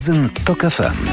TOK FM.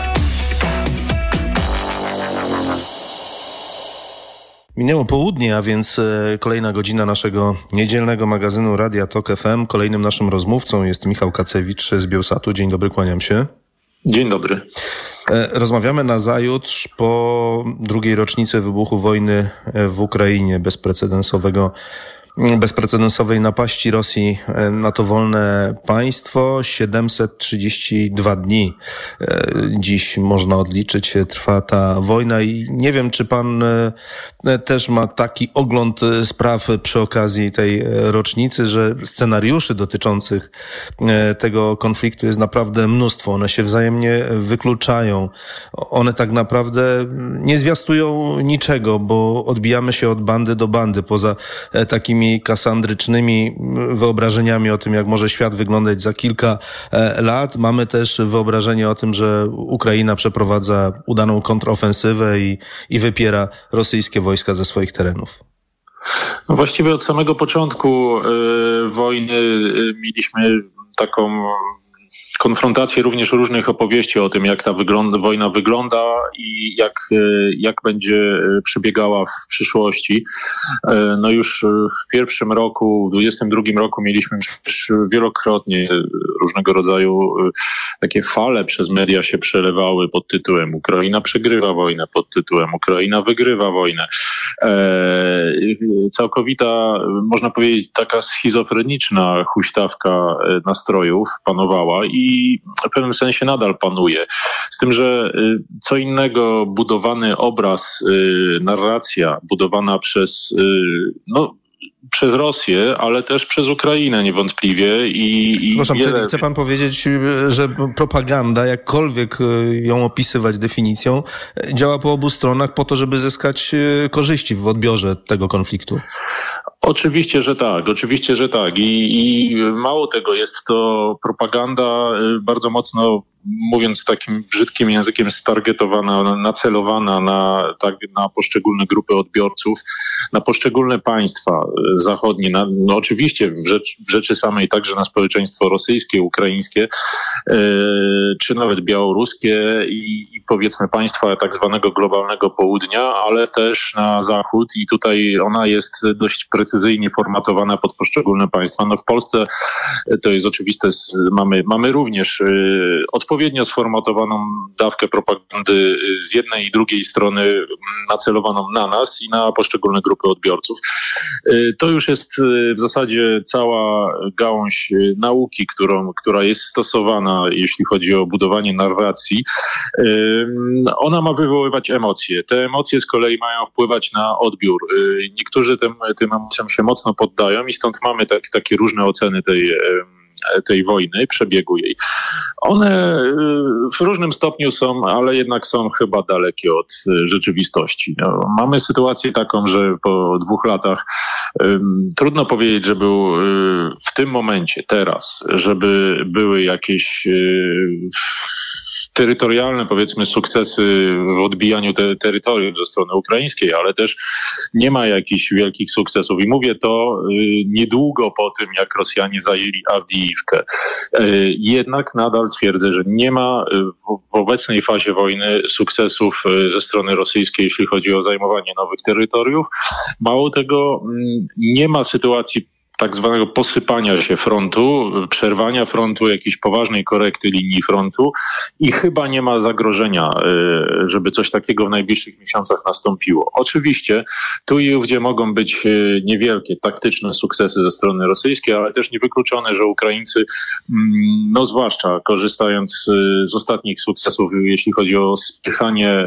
Minęło południe, a więc kolejna godzina naszego niedzielnego magazynu Radia TOK FM. Kolejnym naszym rozmówcą jest Michał Kacewicz z Bielsatu. Dzień dobry, kłaniam się. Dzień dobry. Rozmawiamy nazajutrz po drugiej rocznicy wybuchu wojny w Ukrainie, bezprecedensowej napaści Rosji na to wolne państwo. 732 dni dziś można odliczyć, trwa ta wojna i nie wiem, czy pan też ma taki ogląd spraw przy okazji tej rocznicy, że scenariuszy dotyczących tego konfliktu jest naprawdę mnóstwo. One się wzajemnie wykluczają. One tak naprawdę nie zwiastują niczego, bo odbijamy się od bandy do bandy. Poza takimi kasandrycznymi wyobrażeniami o tym, jak może świat wyglądać za kilka lat. Mamy też wyobrażenie o tym, że Ukraina przeprowadza udaną kontrofensywę i wypiera rosyjskie wojska ze swoich terenów. No właściwie od samego początku wojny mieliśmy taką konfrontację również różnych opowieści o tym, jak ta wojna wygląda i jak będzie przebiegała w przyszłości. No już w pierwszym roku, w 22 roku mieliśmy już wielokrotnie różnego rodzaju takie fale przez media się przelewały pod tytułem Ukraina przegrywa wojnę, pod tytułem Ukraina wygrywa wojnę. Całkowita, można powiedzieć, taka schizofreniczna huśtawka nastrojów panowała i w pewnym sensie nadal panuje. Z tym, że co innego budowany obraz, narracja budowana przez Rosję, ale też przez Ukrainę niewątpliwie. Przepraszam, czyli chce pan powiedzieć, że propaganda, jakkolwiek ją opisywać definicją, działa po obu stronach po to, żeby zyskać korzyści w odbiorze tego konfliktu? Oczywiście, że tak. I mało tego, jest to propaganda bardzo mocno, mówiąc takim brzydkim językiem, stargetowana, nacelowana na poszczególne grupy odbiorców, na poszczególne państwa zachodnie, no oczywiście w rzeczy samej także na społeczeństwo rosyjskie, ukraińskie, czy nawet białoruskie i powiedzmy państwa tak zwanego globalnego południa, ale też na zachód i tutaj ona jest dość precyzyjnie formatowana pod poszczególne państwa. No w Polsce to jest oczywiste, mamy również odpowiednio sformatowaną dawkę propagandy z jednej i drugiej strony nacelowaną na nas i na poszczególne grupy odbiorców. To już jest w zasadzie cała gałąź nauki, która jest stosowana, jeśli chodzi o budowanie narracji. Ona ma wywoływać emocje. Te emocje z kolei mają wpływać na odbiór. Niektórzy tym emocjom się mocno poddają i stąd mamy takie różne oceny tej wojny, przebiegu jej. One w różnym stopniu są, ale jednak są chyba dalekie od rzeczywistości. No, mamy sytuację taką, że po 2 latach trudno powiedzieć, że był w tym momencie, teraz, żeby były jakieś terytorialne, powiedzmy, sukcesy w odbijaniu terytorium ze strony ukraińskiej, ale też nie ma jakichś wielkich sukcesów. I mówię to niedługo po tym, jak Rosjanie zajęli Awdijiwkę. Jednak nadal twierdzę, że nie ma w obecnej fazie wojny sukcesów ze strony rosyjskiej, jeśli chodzi o zajmowanie nowych terytoriów. Mało tego, nie ma sytuacji tak zwanego posypania się frontu, przerwania frontu, jakiejś poważnej korekty linii frontu i chyba nie ma zagrożenia, żeby coś takiego w najbliższych miesiącach nastąpiło. Oczywiście tu i ówdzie mogą być niewielkie taktyczne sukcesy ze strony rosyjskiej, ale też niewykluczone, że Ukraińcy, no zwłaszcza korzystając z ostatnich sukcesów, jeśli chodzi o spychanie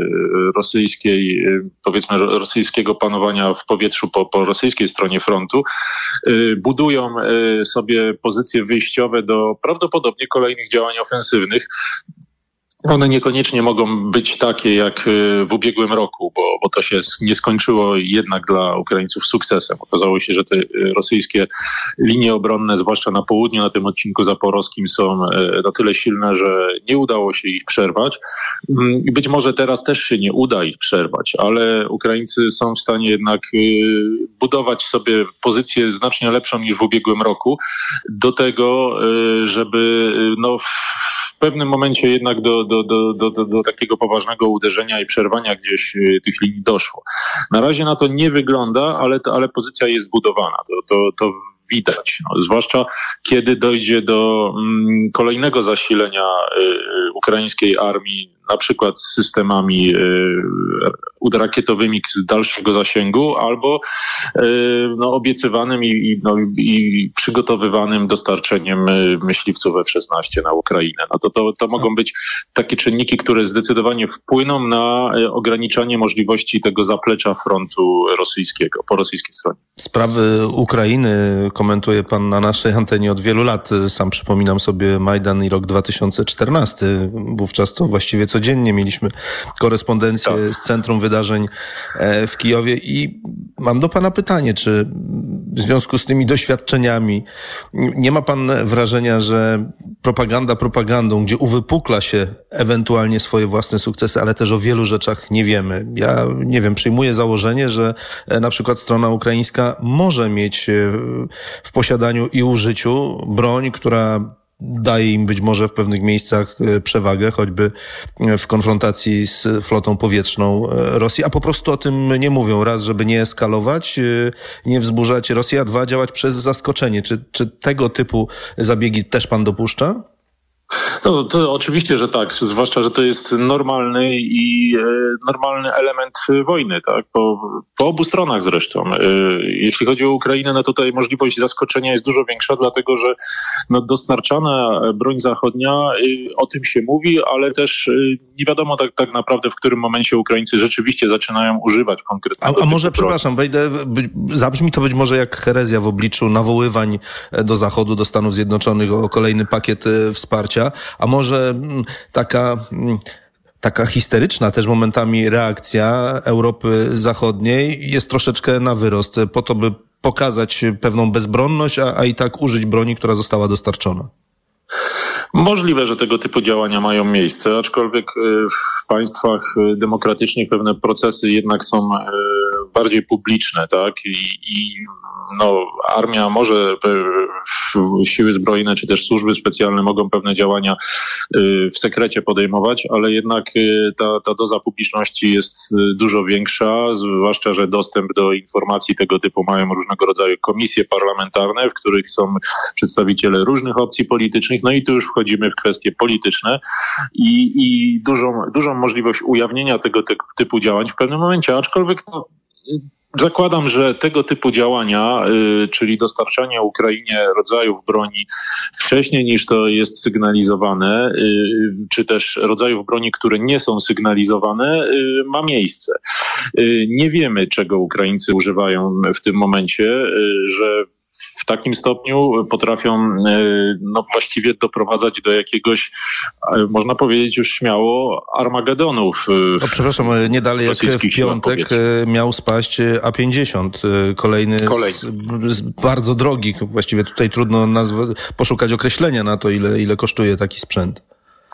rosyjskiego panowania w powietrzu po rosyjskiej stronie frontu, budują sobie pozycje wyjściowe do prawdopodobnie kolejnych działań ofensywnych. One niekoniecznie mogą być takie jak w ubiegłym roku, bo to się nie skończyło jednak dla Ukraińców sukcesem. Okazało się, że te rosyjskie linie obronne, zwłaszcza na południu, na tym odcinku zaporowskim, są na tyle silne, że nie udało się ich przerwać. I być może teraz też się nie uda ich przerwać, ale Ukraińcy są w stanie jednak budować sobie pozycję znacznie lepszą niż w ubiegłym roku do tego, żeby pewnym momencie jednak do takiego poważnego uderzenia i przerwania gdzieś tych linii doszło. Na razie na to nie wygląda, ale pozycja jest budowana. To widać. Zwłaszcza kiedy dojdzie do kolejnego zasilenia ukraińskiej armii, na przykład z systemami rakietowymi z dalszego zasięgu, albo obiecywanym i przygotowywanym dostarczeniem myśliwców F-16 na Ukrainę. To mogą być takie czynniki, które zdecydowanie wpłyną na ograniczanie możliwości tego zaplecza frontu rosyjskiego po rosyjskiej stronie. Sprawy Ukrainy komentuje pan na naszej antenie od wielu lat. Sam przypominam sobie Majdan i rok 2014. Wówczas to właściwie codziennie mieliśmy korespondencję z Centrum Wydarzeń w Kijowie i mam do pana pytanie, czy w związku z tymi doświadczeniami nie ma pan wrażenia, że propaganda propagandą, gdzie uwypukla się ewentualnie swoje własne sukcesy, ale też o wielu rzeczach nie wiemy. Ja nie wiem, przyjmuję założenie, że na przykład strona ukraińska może mieć w posiadaniu i użyciu broń, która daje im być może w pewnych miejscach przewagę, choćby w konfrontacji z flotą powietrzną Rosji, a po prostu o tym nie mówią. Raz, żeby nie eskalować, nie wzburzać Rosji, a dwa, działać przez zaskoczenie. Czy tego typu zabiegi też pan dopuszcza? To oczywiście, że tak, zwłaszcza, że to jest normalny element wojny, tak? Po obu stronach zresztą. Jeśli chodzi o Ukrainę, no tutaj możliwość zaskoczenia jest dużo większa, dlatego że dostarczana broń zachodnia, o tym się mówi, ale też nie wiadomo tak naprawdę, w którym momencie Ukraińcy rzeczywiście zaczynają używać konkretnego A może, typu broni. przepraszam, zabrzmi to być może jak herezja w obliczu nawoływań do Zachodu, do Stanów Zjednoczonych o kolejny pakiet wsparcia, a może taka histeryczna też momentami reakcja Europy Zachodniej jest troszeczkę na wyrost po to, by pokazać pewną bezbronność, a i tak użyć broni, która została dostarczona. Możliwe, że tego typu działania mają miejsce, aczkolwiek w państwach demokratycznych pewne procesy jednak są bardziej publiczne, tak? I armia może, siły zbrojne czy też służby specjalne mogą pewne działania w sekrecie podejmować, ale jednak ta doza publiczności jest dużo większa, zwłaszcza, że dostęp do informacji tego typu mają różnego rodzaju komisje parlamentarne, w których są przedstawiciele różnych opcji politycznych, no i tu już wchodzimy w kwestie polityczne i dużą możliwość ujawnienia tego typu działań w pewnym momencie, aczkolwiek zakładam, że tego typu działania, czyli dostarczanie Ukrainie rodzajów broni wcześniej niż to jest sygnalizowane, czy też rodzajów broni, które nie są sygnalizowane, ma miejsce. Nie wiemy, czego Ukraińcy używają w tym momencie, że w takim stopniu potrafią właściwie doprowadzać do jakiegoś, można powiedzieć już śmiało, Armagedonów. Przepraszam, nie dalej jak w piątek miał spaść A-50, kolejny z bardzo drogich. Właściwie tutaj trudno poszukać określenia na to, ile kosztuje taki sprzęt.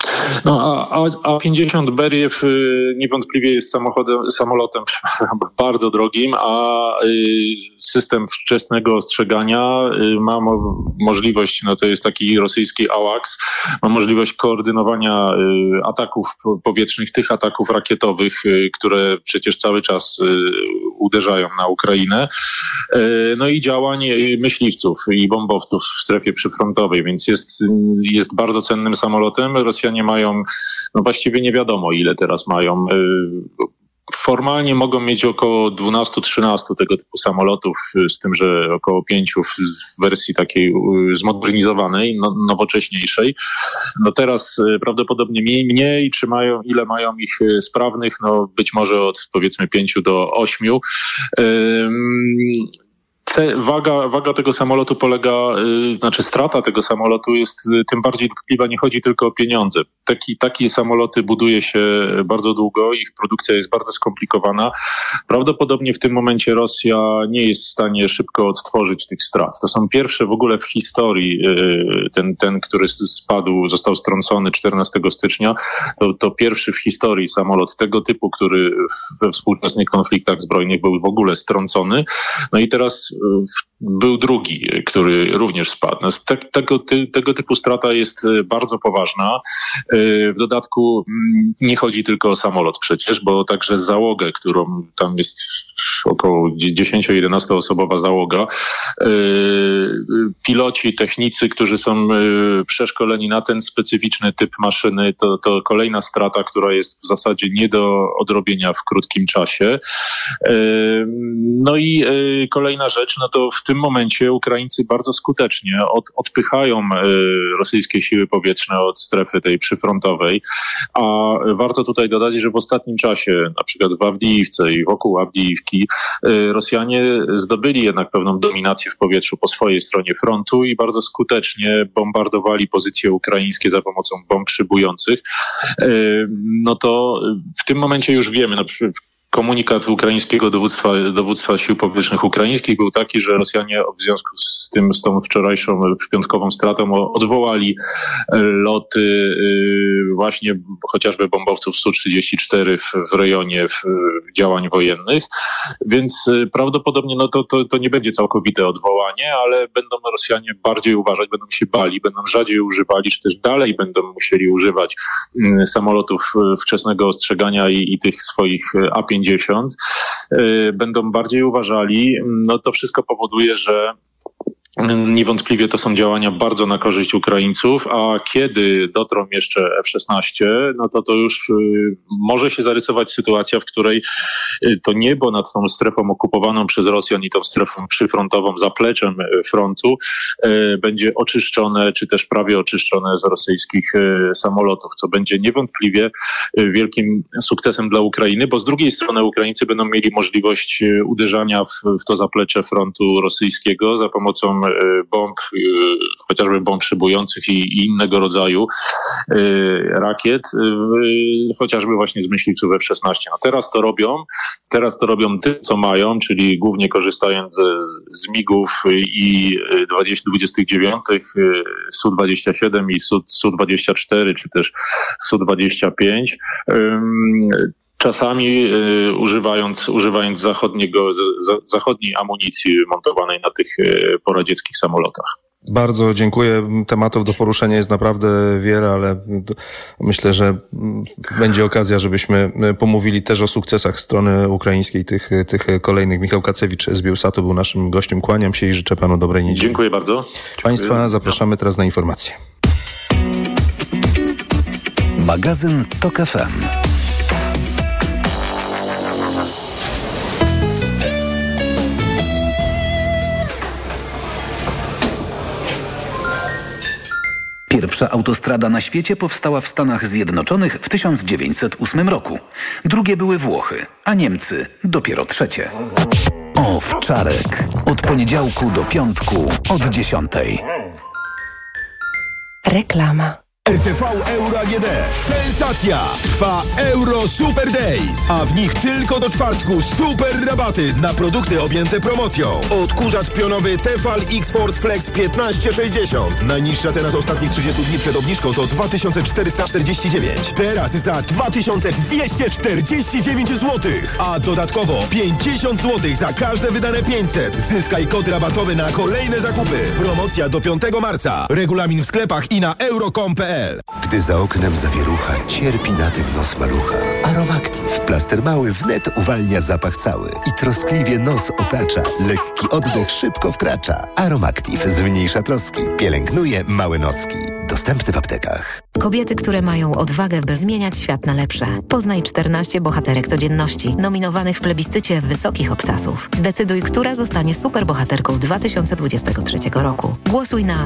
A-50 Beriew niewątpliwie jest samolotem bardzo drogim, a system wczesnego ostrzegania ma możliwość, to jest taki rosyjski AWACS, ma możliwość koordynowania ataków powietrznych, tych ataków rakietowych, które przecież cały czas uderzają na Ukrainę, i działań myśliwców i bombowców w strefie przyfrontowej, więc jest bardzo cennym samolotem. Rosjanie mają, właściwie nie wiadomo ile teraz mają. Formalnie mogą mieć około 12-13 tego typu samolotów, z tym, że około 5 w wersji takiej zmodernizowanej, nowocześniejszej. Teraz prawdopodobnie mniej, ile mają ich sprawnych, być może od powiedzmy 5 do 8. Waga tego samolotu strata tego samolotu jest tym bardziej dotkliwa, nie chodzi tylko o pieniądze. Takie samoloty buduje się bardzo długo, ich produkcja jest bardzo skomplikowana. Prawdopodobnie w tym momencie Rosja nie jest w stanie szybko odtworzyć tych strat. To są pierwsze w ogóle w historii, ten który został strącony 14 stycznia, to pierwszy w historii samolot tego typu, który we współczesnych konfliktach zbrojnych był w ogóle strącony. I teraz był drugi, który również spadł. Tego typu strata jest bardzo poważna. W dodatku nie chodzi tylko o samolot przecież, bo także załogę, którą tam jest około 10-11 osobowa załoga. Piloci, technicy, którzy są przeszkoleni na ten specyficzny typ maszyny, to kolejna strata, która jest w zasadzie nie do odrobienia w krótkim czasie. No i kolejna rzecz, no to w tym momencie Ukraińcy bardzo skutecznie odpychają rosyjskie siły powietrzne od strefy tej przyfrontowej, a warto tutaj dodać, że w ostatnim czasie, na przykład w Awdijiwce i wokół Awdijiwki, Rosjanie zdobyli jednak pewną dominację w powietrzu po swojej stronie frontu i bardzo skutecznie bombardowali pozycje ukraińskie za pomocą bomb szybujących. No to w tym momencie już wiemy, na przykład komunikat ukraińskiego dowództwa sił powietrznych ukraińskich był taki, że Rosjanie w związku z tą wczorajszą piątkową stratą odwołali loty właśnie chociażby bombowców Su-34 w rejonie działań wojennych, więc prawdopodobnie to nie będzie całkowite odwołanie, ale będą Rosjanie bardziej uważać, będą się bali, będą rzadziej używali, czy też dalej będą musieli używać samolotów wczesnego ostrzegania i tych swoich A-50, będą bardziej uważali. No to wszystko powoduje, że niewątpliwie to są działania bardzo na korzyść Ukraińców, a kiedy dotrą jeszcze F-16, no to już może się zarysować sytuacja, w której to niebo nad tą strefą okupowaną przez Rosjan i tą strefą przyfrontową, zapleczem frontu będzie oczyszczone, czy też prawie oczyszczone z rosyjskich samolotów, co będzie niewątpliwie wielkim sukcesem dla Ukrainy, bo z drugiej strony Ukraińcy będą mieli możliwość uderzania w to zaplecze frontu rosyjskiego za pomocą bomb, chociażby bomb szybujących i innego rodzaju rakiet, chociażby właśnie z myśliwców F-16. No teraz to robią tym, co mają, czyli głównie korzystając z MiG-ów i 29, Su-27 i Su-24, czy też Su-25. Czasami używając zachodniej amunicji montowanej na tych poradzieckich samolotach. Bardzo dziękuję. Tematów do poruszenia jest naprawdę wiele, ale myślę, że będzie okazja, żebyśmy pomówili też o sukcesach strony ukraińskiej, tych kolejnych. Michał Kacewicz z Biełsatu był naszym gościem. Kłaniam się i życzę panu dobrej niedzieli. Dziękuję bardzo. Państwa zapraszamy teraz na informacje. Magazyn TOK FM. Pierwsza autostrada na świecie powstała w Stanach Zjednoczonych w 1908 roku. Drugie były Włochy, a Niemcy dopiero trzecie. Owczarek. Od poniedziałku do piątku od 10:00. Reklama. RTV Euro AGD. Sensacja! Trwa Euro Super Days, a w nich tylko do czwartku super rabaty na produkty objęte promocją. Odkurzacz pionowy Tefal X-Force Flex 1560. Najniższa cena z ostatnich 30 dni przed obniżką to 2449. Teraz za 2249 zł. A dodatkowo 50 zł za każde wydane 500. Zyskaj kod rabatowy na kolejne zakupy. Promocja do 5 marca. Regulamin w sklepach i na euro.com.pl. Gdy za oknem zawierucha, cierpi na tym nos malucha. Aromactive, plaster mały wnet uwalnia zapach cały i troskliwie nos otacza. Lekki oddech szybko wkracza. Aromactive zmniejsza troski, pielęgnuje małe noski. Dostępny w aptekach. Kobiety, które mają odwagę, by zmieniać świat na lepsze. Poznaj 14 bohaterek codzienności, nominowanych w plebiscycie Wysokich Obcasów. Zdecyduj, która zostanie superbohaterką 2023 roku. Głosuj na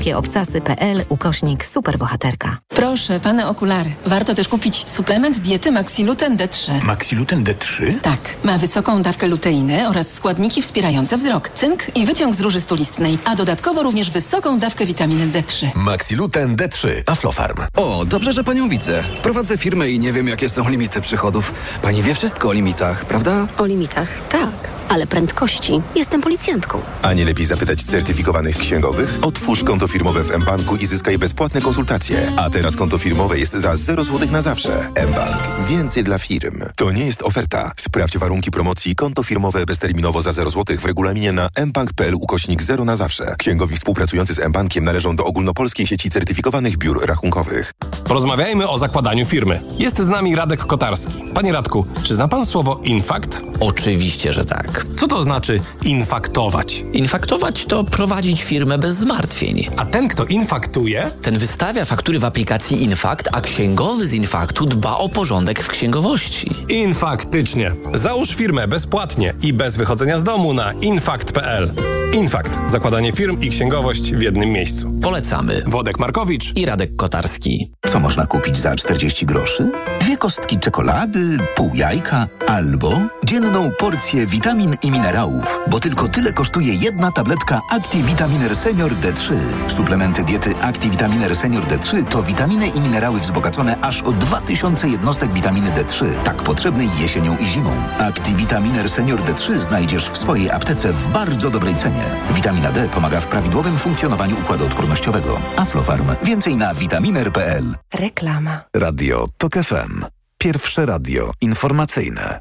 wysokieobcasy.pl/superbohaterka. Proszę, pane okulary. Warto też kupić suplement diety Maxiluten D3. Maxiluten D3? Tak. Ma wysoką dawkę luteiny oraz składniki wspierające wzrok, cynk i wyciąg z róży stulistnej, a dodatkowo również wysoką dawkę witaminy D3. Maxiluten D3. Aflofarm. O, dobrze, że panią widzę. Prowadzę firmę i nie wiem, jakie są limity przychodów. Pani wie wszystko o limitach, prawda? O limitach? Tak. ale prędkości. Jestem policjantką. A nie lepiej zapytać certyfikowanych księgowych? Otwórz konto firmowe w mBanku i zyskaj bezpłatne konsultacje. A teraz konto firmowe jest za 0 zł na zawsze. mBank. Więcej dla firm. To nie jest oferta. Sprawdź warunki promocji konto firmowe bezterminowo za 0 zł w regulaminie na mbank.pl/0 na zawsze. Księgowi współpracujący z mBankiem należą do ogólnopolskiej sieci certyfikowanych biur rachunkowych. Porozmawiajmy o zakładaniu firmy. Jest z nami Radek Kotarski. Panie Radku, czy zna pan słowo infakt? Oczywiście, że tak. Co to znaczy infaktować? Infaktować to prowadzić firmę bez zmartwień. A ten, kto infaktuje? Ten wystawia faktury w aplikacji Infakt, a księgowy z Infaktu dba o porządek w księgowości. Infaktycznie. Załóż firmę bezpłatnie i bez wychodzenia z domu na infakt.pl. Infakt. Zakładanie firm i księgowość w jednym miejscu. Polecamy. Wodek Markowicz i Radek Kotarski. Co można kupić za 40 groszy? 2 kostki czekolady, pół jajka albo dzienną porcję witamin i minerałów, bo tylko tyle kosztuje jedna tabletka Activitaminer Senior D3. Suplementy diety Activitaminer Senior D3 to witaminy i minerały wzbogacone aż o 2000 jednostek witaminy D3, tak potrzebnej jesienią i zimą. Activitaminer Senior D3 znajdziesz w swojej aptece w bardzo dobrej cenie. Witamina D pomaga w prawidłowym funkcjonowaniu układu odpornościowego. Aflofarm. Więcej na vitaminer.pl. Reklama. Radio TOK FM. Pierwsze radio informacyjne.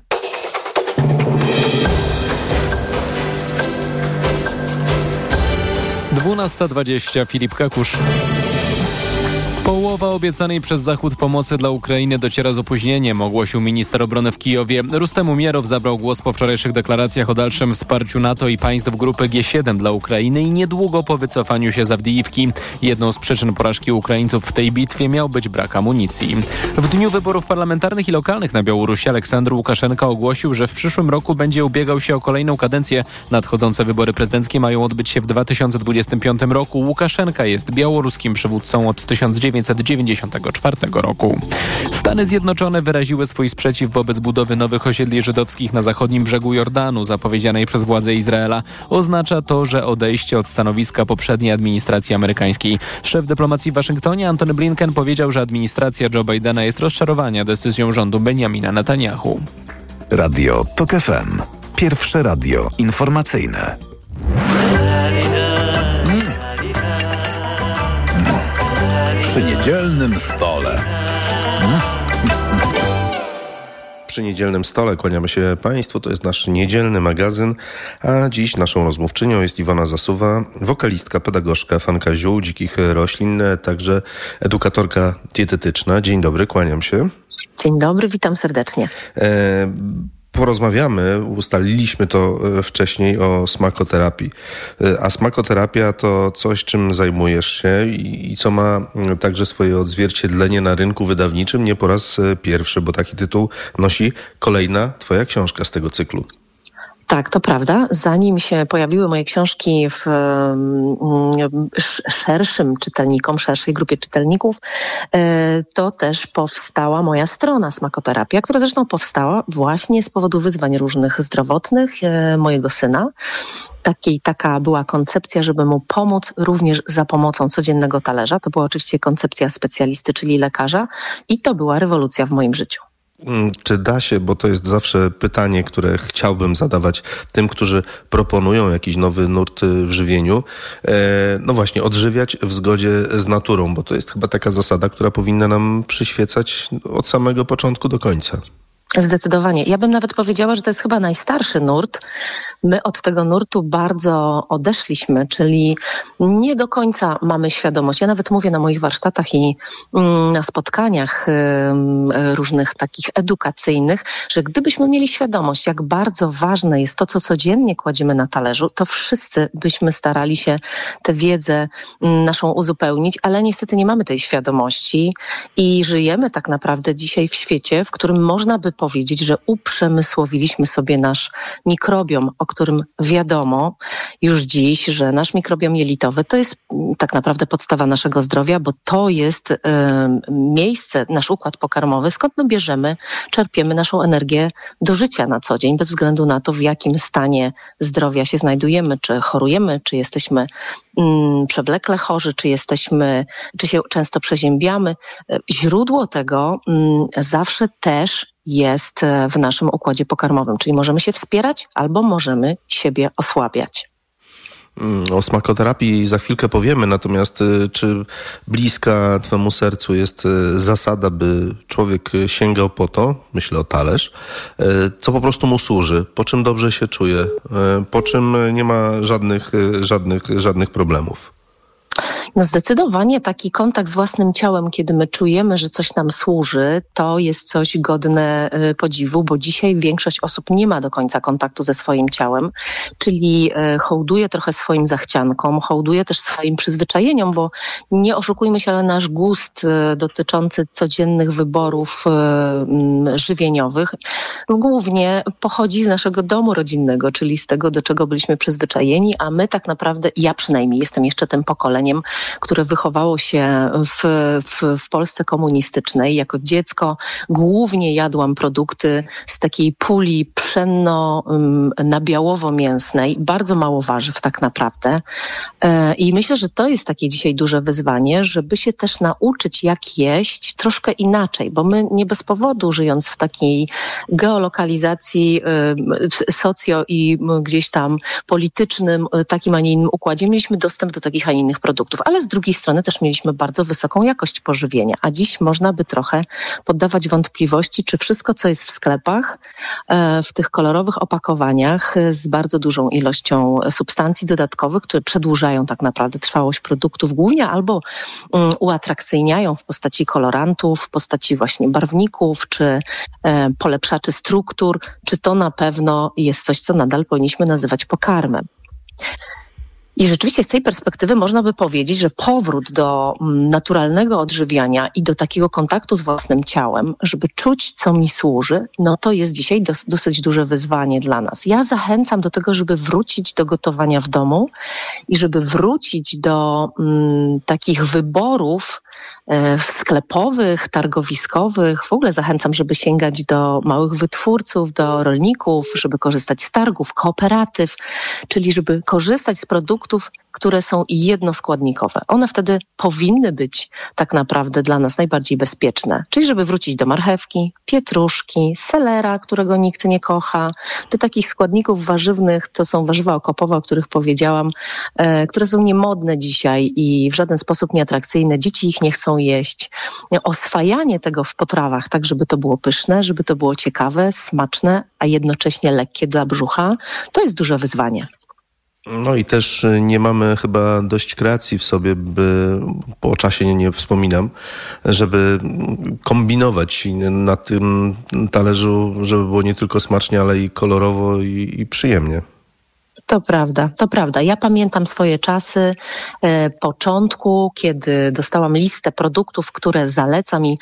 Dwunasta 20. Filip Kakusz. Połowa obiecanej przez Zachód pomocy dla Ukrainy dociera z opóźnieniem, ogłosił minister obrony w Kijowie. Rustem Umierow zabrał głos po wczorajszych deklaracjach o dalszym wsparciu NATO i państw grupy G7 dla Ukrainy i niedługo po wycofaniu się z Awdijiwki. Jedną z przyczyn porażki Ukraińców w tej bitwie miał być brak amunicji. W dniu wyborów parlamentarnych i lokalnych na Białorusi Aleksandr Łukaszenka ogłosił, że w przyszłym roku będzie ubiegał się o kolejną kadencję. Nadchodzące wybory prezydenckie mają odbyć się w 2025 roku. Łukaszenka jest białoruskim przywódcą od 1994 roku. Stany Zjednoczone wyraziły swój sprzeciw wobec budowy nowych osiedli żydowskich na zachodnim brzegu Jordanu, zapowiedzianej przez władze Izraela. Oznacza to, że odejście od stanowiska poprzedniej administracji amerykańskiej. Szef dyplomacji w Waszyngtonie Antony Blinken powiedział, że administracja Joe Bidena jest rozczarowana decyzją rządu Benjamina Netanyahu. Radio TOK FM. Pierwsze radio informacyjne. Przy niedzielnym stole. Przy niedzielnym stole kłaniamy się Państwu. To jest nasz niedzielny magazyn, a dziś naszą rozmówczynią jest Iwona Zasuwa, wokalistka, pedagogzka, fanka ziół, dzikich roślin, także edukatorka dietetyczna. Dzień dobry, kłaniam się. Dzień dobry, witam serdecznie. Porozmawiamy, ustaliliśmy to wcześniej, o smakoterapii. A smakoterapia to coś, czym zajmujesz się i co ma także swoje odzwierciedlenie na rynku wydawniczym nie po raz pierwszy, bo taki tytuł nosi kolejna twoja książka z tego cyklu. Tak, to prawda. Zanim się pojawiły moje książki w szerszym czytelnikom, szerszej grupie czytelników, to też powstała moja strona Smakoterapia, która zresztą powstała właśnie z powodu wyzwań różnych zdrowotnych mojego syna. Taka była koncepcja, żeby mu pomóc również za pomocą codziennego talerza. To była oczywiście koncepcja specjalisty, czyli lekarza, i to była rewolucja w moim życiu. Czy da się, bo to jest zawsze pytanie, które chciałbym zadawać tym, którzy proponują jakiś nowy nurt w żywieniu, no właśnie, odżywiać w zgodzie z naturą, bo to jest chyba taka zasada, która powinna nam przyświecać od samego początku do końca. Zdecydowanie. Ja bym nawet powiedziała, że to jest chyba najstarszy nurt. My od tego nurtu bardzo odeszliśmy, czyli nie do końca mamy świadomość. Ja nawet mówię na moich warsztatach i na spotkaniach różnych takich edukacyjnych, że gdybyśmy mieli świadomość, jak bardzo ważne jest to, co codziennie kładziemy na talerzu, to wszyscy byśmy starali się tę wiedzę naszą uzupełnić, ale niestety nie mamy tej świadomości i żyjemy tak naprawdę dzisiaj w świecie, w którym można by powiedzieć, że uprzemysłowiliśmy sobie nasz mikrobiom, o którym wiadomo już dziś, że nasz mikrobiom jelitowy to jest tak naprawdę podstawa naszego zdrowia, bo to jest miejsce, nasz układ pokarmowy, skąd my czerpiemy naszą energię do życia na co dzień, bez względu na to, w jakim stanie zdrowia się znajdujemy, czy chorujemy, czy jesteśmy przewlekle chorzy, czy się często przeziębiamy. Źródło tego zawsze też jest w naszym układzie pokarmowym. Czyli możemy się wspierać albo możemy siebie osłabiać. O smakoterapii za chwilkę powiemy, natomiast czy bliska twemu sercu jest zasada, by człowiek sięgał po to, myślę o talerz, co po prostu mu służy, po czym dobrze się czuje, po czym nie ma żadnych problemów? No zdecydowanie taki kontakt z własnym ciałem, kiedy my czujemy, że coś nam służy, to jest coś godne podziwu, bo dzisiaj większość osób nie ma do końca kontaktu ze swoim ciałem, czyli hołduje trochę swoim zachciankom, hołduje też swoim przyzwyczajeniom, bo nie oszukujmy się, ale nasz gust dotyczący codziennych wyborów żywieniowych głównie pochodzi z naszego domu rodzinnego, czyli z tego, do czego byliśmy przyzwyczajeni, a my tak naprawdę, ja przynajmniej jestem jeszcze tym pokoleniem, które wychowało się w Polsce komunistycznej. Jako dziecko głównie jadłam produkty z takiej puli pszenno-nabiałowo-mięsnej, bardzo mało warzyw tak naprawdę. I myślę, że to jest takie dzisiaj duże wyzwanie, żeby się też nauczyć, jak jeść troszkę inaczej, bo my nie bez powodu, żyjąc w takiej geolokalizacji socjo i gdzieś tam politycznym, takim, a nie innym układzie, mieliśmy dostęp do takich, a nie innych produktów. Ale z drugiej strony też mieliśmy bardzo wysoką jakość pożywienia, a dziś można by trochę poddawać wątpliwości, czy wszystko, co jest w sklepach, w tych kolorowych opakowaniach z bardzo dużą ilością substancji dodatkowych, które przedłużają tak naprawdę trwałość produktów głównie albo uatrakcyjniają w postaci kolorantów, w postaci właśnie barwników, czy polepszaczy struktur, czy to na pewno jest coś, co nadal powinniśmy nazywać pokarmem. I rzeczywiście z tej perspektywy można by powiedzieć, że powrót do naturalnego odżywiania i do takiego kontaktu z własnym ciałem, żeby czuć, co mi służy, no to jest dzisiaj dosyć duże wyzwanie dla nas. Ja zachęcam do tego, żeby wrócić do gotowania w domu i żeby wrócić do takich wyborów sklepowych, targowiskowych. W ogóle zachęcam, żeby sięgać do małych wytwórców, do rolników, żeby korzystać z targów, kooperatyw, czyli żeby korzystać z produktów, które są jednoskładnikowe. One wtedy powinny być tak naprawdę dla nas najbardziej bezpieczne. Czyli żeby wrócić do marchewki, pietruszki, selera, którego nikt nie kocha, do takich składników warzywnych, to są warzywa okopowe, o których powiedziałam, które są niemodne dzisiaj i w żaden sposób nieatrakcyjne. Dzieci ich nie chcą jeść. Oswajanie tego w potrawach, tak żeby to było pyszne, żeby to było ciekawe, smaczne, a jednocześnie lekkie dla brzucha, to jest duże wyzwanie. No i też nie mamy chyba dość kreacji w sobie, by, po czasie nie wspominam, żeby kombinować na tym talerzu, żeby było nie tylko smacznie, ale i kolorowo i przyjemnie. To prawda. Ja pamiętam swoje czasy początku, kiedy dostałam listę produktów, które zaleca mi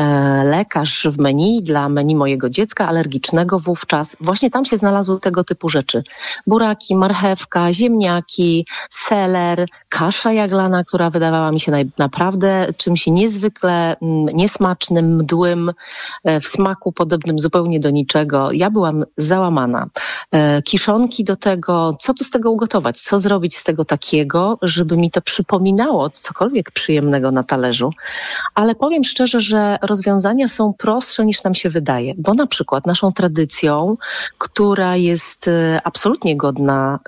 lekarz w menu, dla menu mojego dziecka alergicznego wówczas. Właśnie tam się znalazły tego typu rzeczy. Buraki, marchewka, ziemniaki, seler, kasza jaglana, która wydawała mi się naprawdę czymś niezwykle niesmacznym, mdłym, w smaku podobnym zupełnie do niczego. Ja byłam załamana. Kiszonki do tego, co tu z tego ugotować, co zrobić z tego takiego, żeby mi to przypominało cokolwiek przyjemnego na talerzu. Ale powiem szczerze, że rozwiązania są prostsze niż nam się wydaje, bo na przykład naszą tradycją, która jest absolutnie godna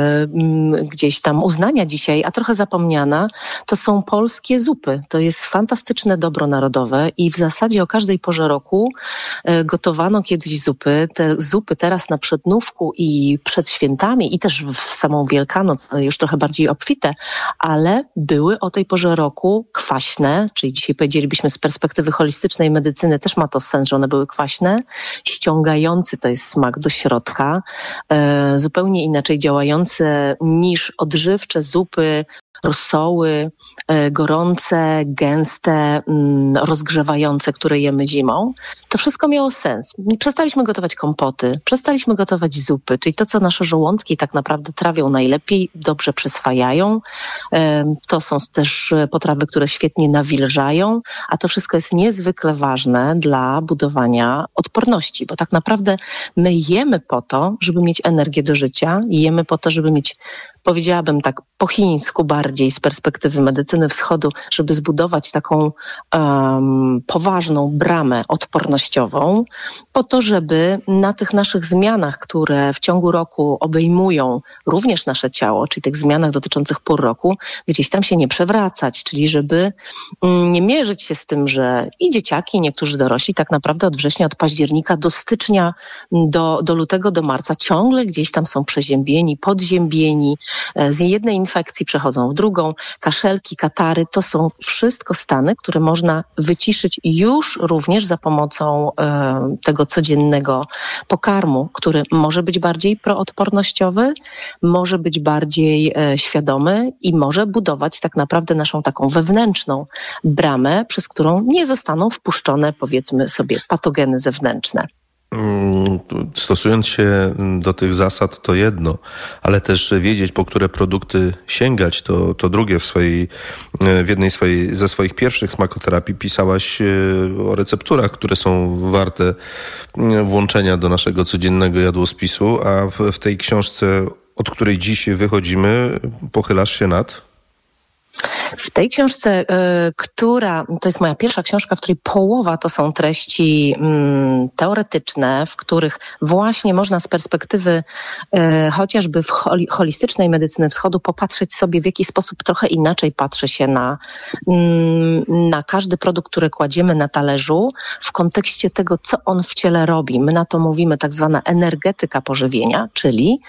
gdzieś tam uznania dzisiaj, a trochę zapomniana, to są polskie zupy. To jest fantastyczne dobro narodowe i w zasadzie o każdej porze roku gotowano kiedyś zupy. Te zupy teraz na przednówku i przed świętami i też w samą Wielkanoc już trochę bardziej obfite, ale były o tej porze roku kwaśne, czyli dzisiaj powiedzielibyśmy z perspektywy holistycznej medycyny też ma to sens, że one były kwaśne, ściągający to jest smak do środka, zupełnie inaczej działające niż odżywcze zupy, rosoły, gorące, gęste, rozgrzewające, które jemy zimą. To wszystko miało sens. Przestaliśmy gotować kompoty, przestaliśmy gotować zupy, czyli to, co nasze żołądki tak naprawdę trawią najlepiej, dobrze przyswajają. To są też potrawy, które świetnie nawilżają, a to wszystko jest niezwykle ważne dla budowania odporności, bo tak naprawdę my jemy po to, żeby mieć energię do życia, jemy po to, żeby mieć, powiedziałabym tak po chińsku bardziej z perspektywy medycyny wschodu, żeby zbudować taką poważną bramę odpornościową odpornościową, po to, żeby na tych naszych zmianach, które w ciągu roku obejmują również nasze ciało, czyli tych zmianach dotyczących pór roku, gdzieś tam się nie przewracać, czyli żeby nie mierzyć się z tym, że i dzieciaki, i niektórzy dorośli tak naprawdę od września, od października do stycznia, do lutego, do marca ciągle gdzieś tam są przeziębieni, podziębieni, z jednej infekcji przechodzą w drugą, kaszelki, katary, to są wszystko stany, które można wyciszyć już również za pomocą tego codziennego pokarmu, który może być bardziej proodpornościowy, może być bardziej świadomy i może budować tak naprawdę naszą taką wewnętrzną bramę, przez którą nie zostaną wpuszczone, powiedzmy sobie, patogeny zewnętrzne. Stosując się do tych zasad to jedno, ale też wiedzieć, po które produkty sięgać, to drugie. W jednej ze swoich pierwszych smakoterapii pisałaś o recepturach, które są warte włączenia do naszego codziennego jadłospisu, a w tej książce, od której dziś wychodzimy, pochylasz się nad... W tej książce, to jest moja pierwsza książka, w której połowa to są treści teoretyczne, w których właśnie można z perspektywy chociażby holistycznej medycyny wschodu popatrzeć sobie, w jaki sposób trochę inaczej patrzy się na każdy produkt, który kładziemy na talerzu w kontekście tego, co on w ciele robi. My na to mówimy tak zwana energetyka pożywienia, czyli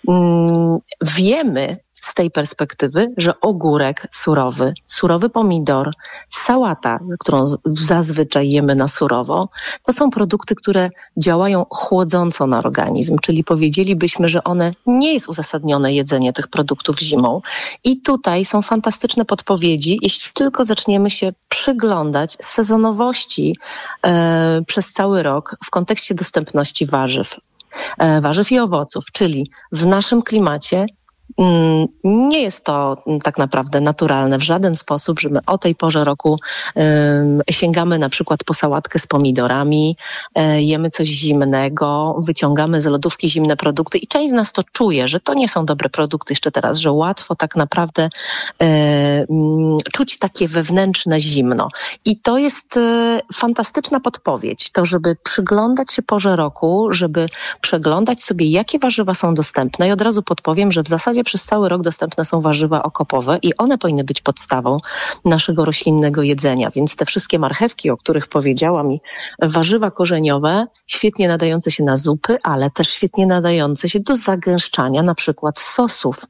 wiemy z tej perspektywy, że ogórek surowy pomidor, sałata, którą zazwyczaj jemy na surowo, to są produkty, które działają chłodząco na organizm, czyli powiedzielibyśmy, że nie jest uzasadnione jedzenie tych produktów zimą. I tutaj są fantastyczne podpowiedzi, jeśli tylko zaczniemy się przyglądać sezonowości przez cały rok w kontekście dostępności warzyw i owoców, czyli w naszym klimacie nie jest to tak naprawdę naturalne w żaden sposób, że my o tej porze roku sięgamy na przykład po sałatkę z pomidorami, jemy coś zimnego, wyciągamy z lodówki zimne produkty i część z nas to czuje, że to nie są dobre produkty jeszcze teraz, że łatwo tak naprawdę czuć takie wewnętrzne zimno. I to jest fantastyczna podpowiedź, to żeby przyglądać się porze roku, żeby przeglądać sobie, jakie warzywa są dostępne i od razu podpowiem, że w zasadzie przez cały rok dostępne są warzywa okopowe i one powinny być podstawą naszego roślinnego jedzenia. Więc te wszystkie marchewki, o których powiedziałam, i warzywa korzeniowe, świetnie nadające się na zupy, ale też świetnie nadające się do zagęszczania na przykład sosów.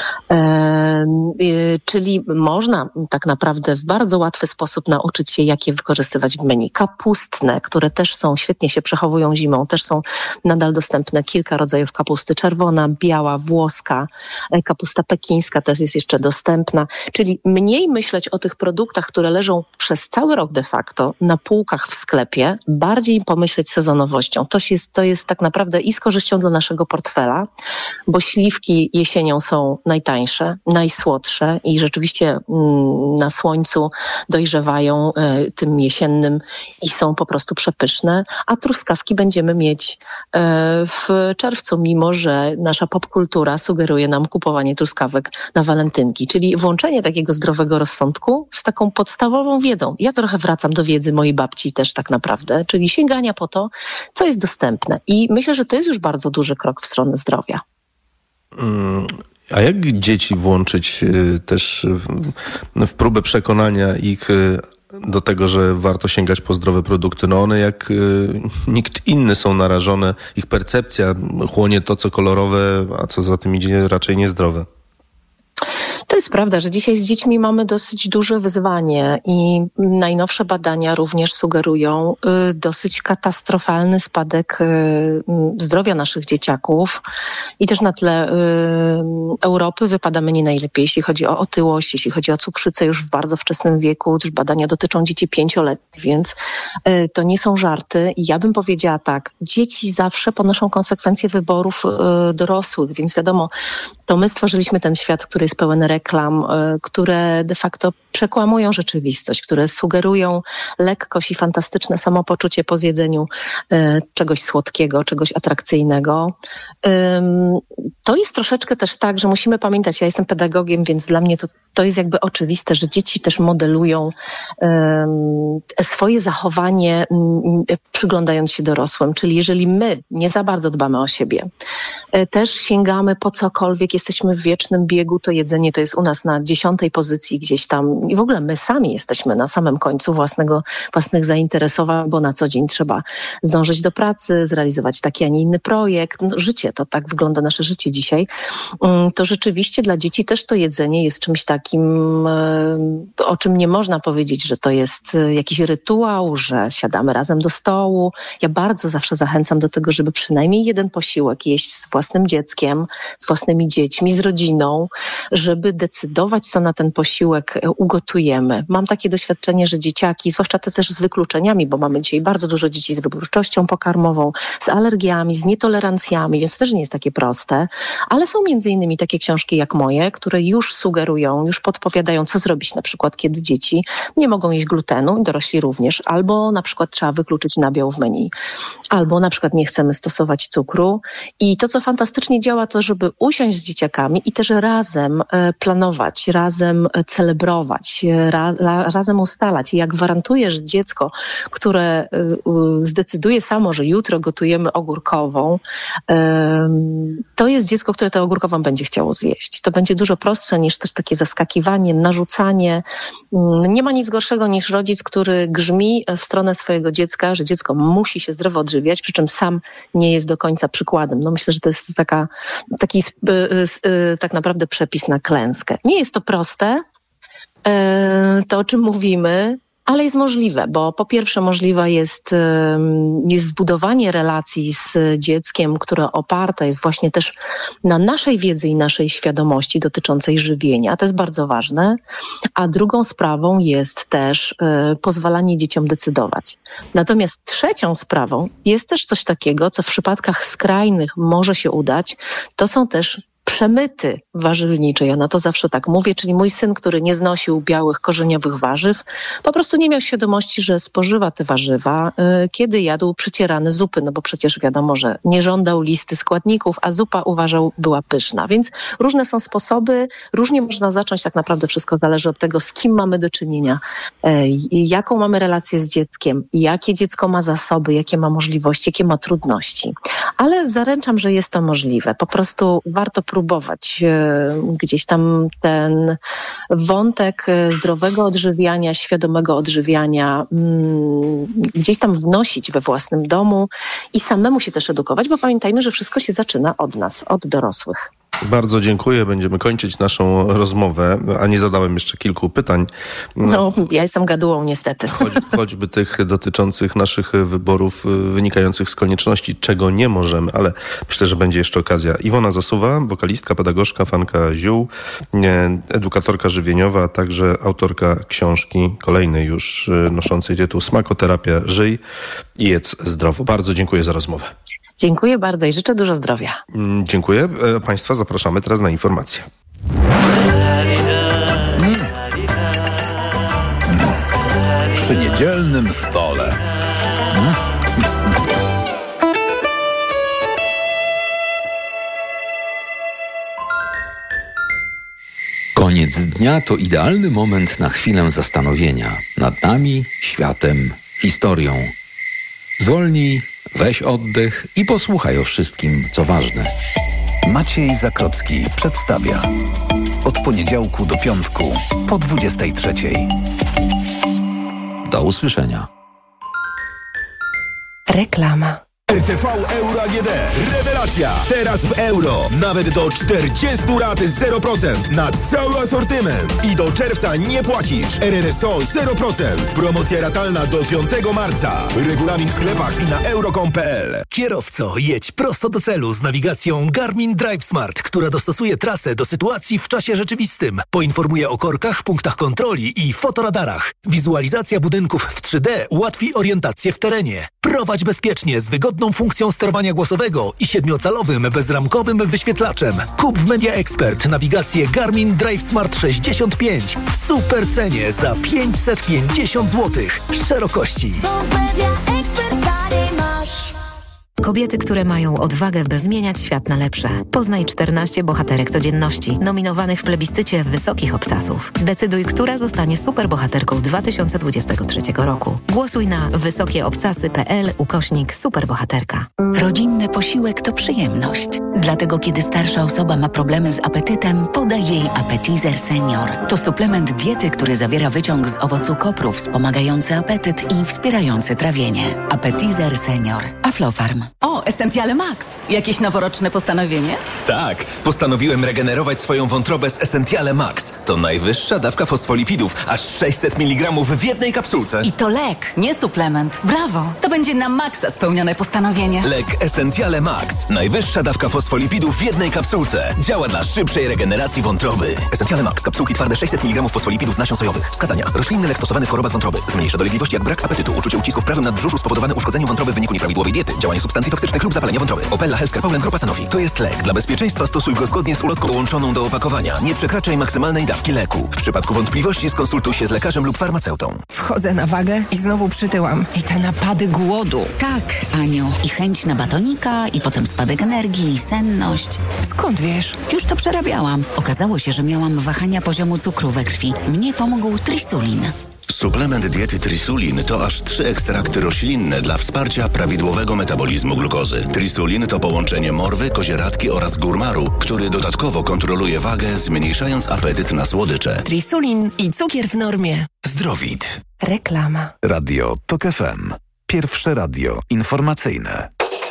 Czyli można tak naprawdę w bardzo łatwy sposób nauczyć się, jak je wykorzystywać w menu. Kapustne, które też świetnie się przechowują zimą, też są nadal dostępne. Kilka rodzajów kapusty: czerwona, biała, włoska, kapusta pekińska też jest jeszcze dostępna. Czyli mniej myśleć o tych produktach, które leżą przez cały rok de facto na półkach w sklepie, bardziej pomyśleć sezonowością. To jest tak naprawdę i z korzyścią dla naszego portfela, bo śliwki jesienią są najtańsze, najsłodsze i rzeczywiście na słońcu dojrzewają tym jesiennym i są po prostu przepyszne, a truskawki będziemy mieć w czerwcu, mimo że nasza popkultura sugeruje nam kupowanie truskawek na walentynki, czyli włączenie takiego zdrowego rozsądku z taką podstawową wiedzą. Ja trochę wracam do wiedzy mojej babci też tak naprawdę, czyli sięgania po to, co jest dostępne. I myślę, że to jest już bardzo duży krok w stronę zdrowia. A jak dzieci włączyć też w próbę przekonania ich do tego, że warto sięgać po zdrowe produkty? No one jak nikt inny są narażone, ich percepcja chłonie to, co kolorowe, a co za tym idzie raczej niezdrowe. To jest prawda, że dzisiaj z dziećmi mamy dosyć duże wyzwanie i najnowsze badania również sugerują dosyć katastrofalny spadek zdrowia naszych dzieciaków i też na tle Europy wypadamy nie najlepiej, jeśli chodzi o otyłość, jeśli chodzi o cukrzycę już w bardzo wczesnym wieku. Też badania dotyczą dzieci 5-letnich, więc to nie są żarty. I ja bym powiedziała tak, dzieci zawsze ponoszą konsekwencje wyborów dorosłych, więc wiadomo, to my stworzyliśmy ten świat, który jest pełen reklam, reklam, które de facto przekłamują rzeczywistość, które sugerują lekkość i fantastyczne samopoczucie po zjedzeniu czegoś słodkiego, czegoś atrakcyjnego. To jest troszeczkę też tak, że musimy pamiętać, ja jestem pedagogiem, więc dla mnie to jest jakby oczywiste, że dzieci też modelują swoje zachowanie przyglądając się dorosłym. Czyli jeżeli my nie za bardzo dbamy o siebie, też sięgamy po cokolwiek, jesteśmy w wiecznym biegu, to jedzenie to jest u nas na 10. pozycji gdzieś tam i w ogóle my sami jesteśmy na samym końcu własnych zainteresowań, bo na co dzień trzeba zdążyć do pracy, zrealizować taki, a nie inny projekt. No, życie, to tak wygląda nasze życie dzisiaj. To rzeczywiście dla dzieci też to jedzenie jest czymś takim, o czym nie można powiedzieć, że to jest jakiś rytuał, że siadamy razem do stołu. Ja bardzo zawsze zachęcam do tego, żeby przynajmniej jeden posiłek jeść z własnym dzieckiem, z własnymi dziećmi, z rodziną, żeby decydować, co na ten posiłek ugotujemy. Mam takie doświadczenie, że dzieciaki, zwłaszcza te też z wykluczeniami, bo mamy dzisiaj bardzo dużo dzieci z wyborczością pokarmową, z alergiami, z nietolerancjami, więc to też nie jest takie proste, ale są między innymi takie książki jak moje, które już sugerują, już podpowiadają, co zrobić na przykład, kiedy dzieci nie mogą jeść glutenu, dorośli również, albo na przykład trzeba wykluczyć nabiał w menu, albo na przykład nie chcemy stosować cukru. I to, co fantastycznie działa, to żeby usiąść z dzieciakami i też razem planować, razem celebrować, razem ustalać. I ja gwarantuję, że dziecko, które zdecyduje samo, że jutro gotujemy ogórkową, to jest dziecko, które tę ogórkową będzie chciało zjeść. To będzie dużo prostsze niż też takie zaskakiwanie, narzucanie. Nie ma nic gorszego niż rodzic, który grzmi w stronę swojego dziecka, że dziecko musi się zdrowo odżywiać, przy czym sam nie jest do końca przykładem. No myślę, że to jest taki tak naprawdę przepis na klęskę. Nie jest to proste, to o czym mówimy, ale jest możliwe, bo po pierwsze możliwe jest zbudowanie relacji z dzieckiem, które oparte jest właśnie też na naszej wiedzy i naszej świadomości dotyczącej żywienia. To jest bardzo ważne. A drugą sprawą jest też pozwalanie dzieciom decydować. Natomiast trzecią sprawą jest też coś takiego, co w przypadkach skrajnych może się udać. To są też przemyty warzywnicze, ja na to zawsze tak mówię, czyli mój syn, który nie znosił białych, korzeniowych warzyw, po prostu nie miał świadomości, że spożywa te warzywa, kiedy jadł przycierane zupy, no bo przecież wiadomo, że nie żądał listy składników, a zupa uważał była pyszna. Więc różne są sposoby, różnie można zacząć, tak naprawdę wszystko zależy od tego, z kim mamy do czynienia, jaką mamy relację z dzieckiem, jakie dziecko ma zasoby, jakie ma możliwości, jakie ma trudności. Ale zaręczam, że jest to możliwe. Po prostu warto próbować gdzieś tam ten wątek zdrowego odżywiania, świadomego odżywiania gdzieś tam wnosić we własnym domu i samemu się też edukować, bo pamiętajmy, że wszystko się zaczyna od nas, od dorosłych. Bardzo dziękuję. Będziemy kończyć naszą rozmowę, a nie zadałem jeszcze kilku pytań. No, ja jestem gadułą niestety. Choćby tych dotyczących naszych wyborów wynikających z konieczności, czego nie możemy, ale myślę, że będzie jeszcze okazja. Iwona Zasuwa, wokalistka, pedagogzka, fanka ziół, edukatorka żywieniowa, a także autorka książki kolejnej już noszącej tytuł Smakoterapia. Żyj i jedz zdrowo. Bardzo dziękuję za rozmowę. Dziękuję bardzo i życzę dużo zdrowia. Dziękuję. Państwa zapraszamy teraz na informacje. Przy niedzielnym stole. Koniec dnia to idealny moment na chwilę zastanowienia nad nami, światem, historią. Zwolnij, weź oddech i posłuchaj o wszystkim, co ważne. Maciej Zakrocki przedstawia. Od poniedziałku do piątku po 23:00. Do usłyszenia. Reklama. RTV Euro AGD. Rewelacja! Teraz w euro. Nawet do 40 rat 0% na cały asortyment. I do czerwca nie płacisz. RRSO 0%. Promocja ratalna do 5 marca. Regulamin w sklepach i na euro.com.pl. Kierowco, jedź prosto do celu z nawigacją Garmin Drive Smart, która dostosuje trasę do sytuacji w czasie rzeczywistym. Poinformuje o korkach, punktach kontroli i fotoradarach. Wizualizacja budynków w 3D ułatwi orientację w terenie. Prowadź bezpiecznie z wygodnym wygodną funkcją sterowania głosowego i 7-calowym bezramkowym wyświetlaczem. Kup w Media Expert nawigację Garmin Drive Smart 65 w super cenie za 550 zł. Szerokości. Kobiety, które mają odwagę, by zmieniać świat na lepsze. Poznaj 14 bohaterek codzienności, nominowanych w plebiscycie wysokich obcasów. Zdecyduj, która zostanie superbohaterką 2023 roku. Głosuj na wysokieobcasy.pl/superbohaterka. Rodzinny posiłek to przyjemność. Dlatego, kiedy starsza osoba ma problemy z apetytem, podaj jej Appetizer Senior. To suplement diety, który zawiera wyciąg z owocu kopru wspomagający apetyt i wspierający trawienie. Appetizer Senior. Aflofarm. O, Essentiale Max. Jakieś noworoczne postanowienie? Tak, postanowiłem regenerować swoją wątrobę z Essentiale Max. To najwyższa dawka fosfolipidów, aż 600 mg w jednej kapsułce. I to lek, nie suplement. Brawo! To będzie na maksa spełnione postanowienie. Lek Essentiale Max. Najwyższa dawka fosfolipidów w jednej kapsułce. Działa dla szybszej regeneracji wątroby. Essentiale Max. Kapsułki twarde 600 mg fosfolipidów z nasion sojowych. Wskazania. Roślinny lek stosowany w chorobach wątroby. Zmniejsza dolegliwości jak brak apetytu, uczucie ucisku w prawym nadbrzuszu spowodowane uszkodzeniem wątroby w wyniku nieprawidłowej diety, działanie substancji toksycznych lub zapalenie wątroby. Opella Healthcare Poland Grupa Sanofi. To jest lek. Dla bezpieczeństwa stosuj go zgodnie z ulotką dołączoną do opakowania. Nie przekraczaj maksymalnej dawki leku. W przypadku wątpliwości skonsultuj się z lekarzem lub farmaceutą. Wchodzę na wagę i znowu przytyłam. I te napady głodu. Tak, Aniu. I chęć na batonika, i potem spadek energii, i senność. Skąd wiesz? Już to przerabiałam. Okazało się, że miałam wahania poziomu cukru we krwi. Mnie pomógł Trisulin. Suplement diety Trisulin to aż 3 ekstrakty roślinne dla wsparcia prawidłowego metabolizmu glukozy. Trisulin to połączenie morwy, kozieradki oraz górmaru, który dodatkowo kontroluje wagę, zmniejszając apetyt na słodycze. Trisulin i cukier w normie. Zdrowit. Reklama. Radio TOK FM. Pierwsze radio informacyjne.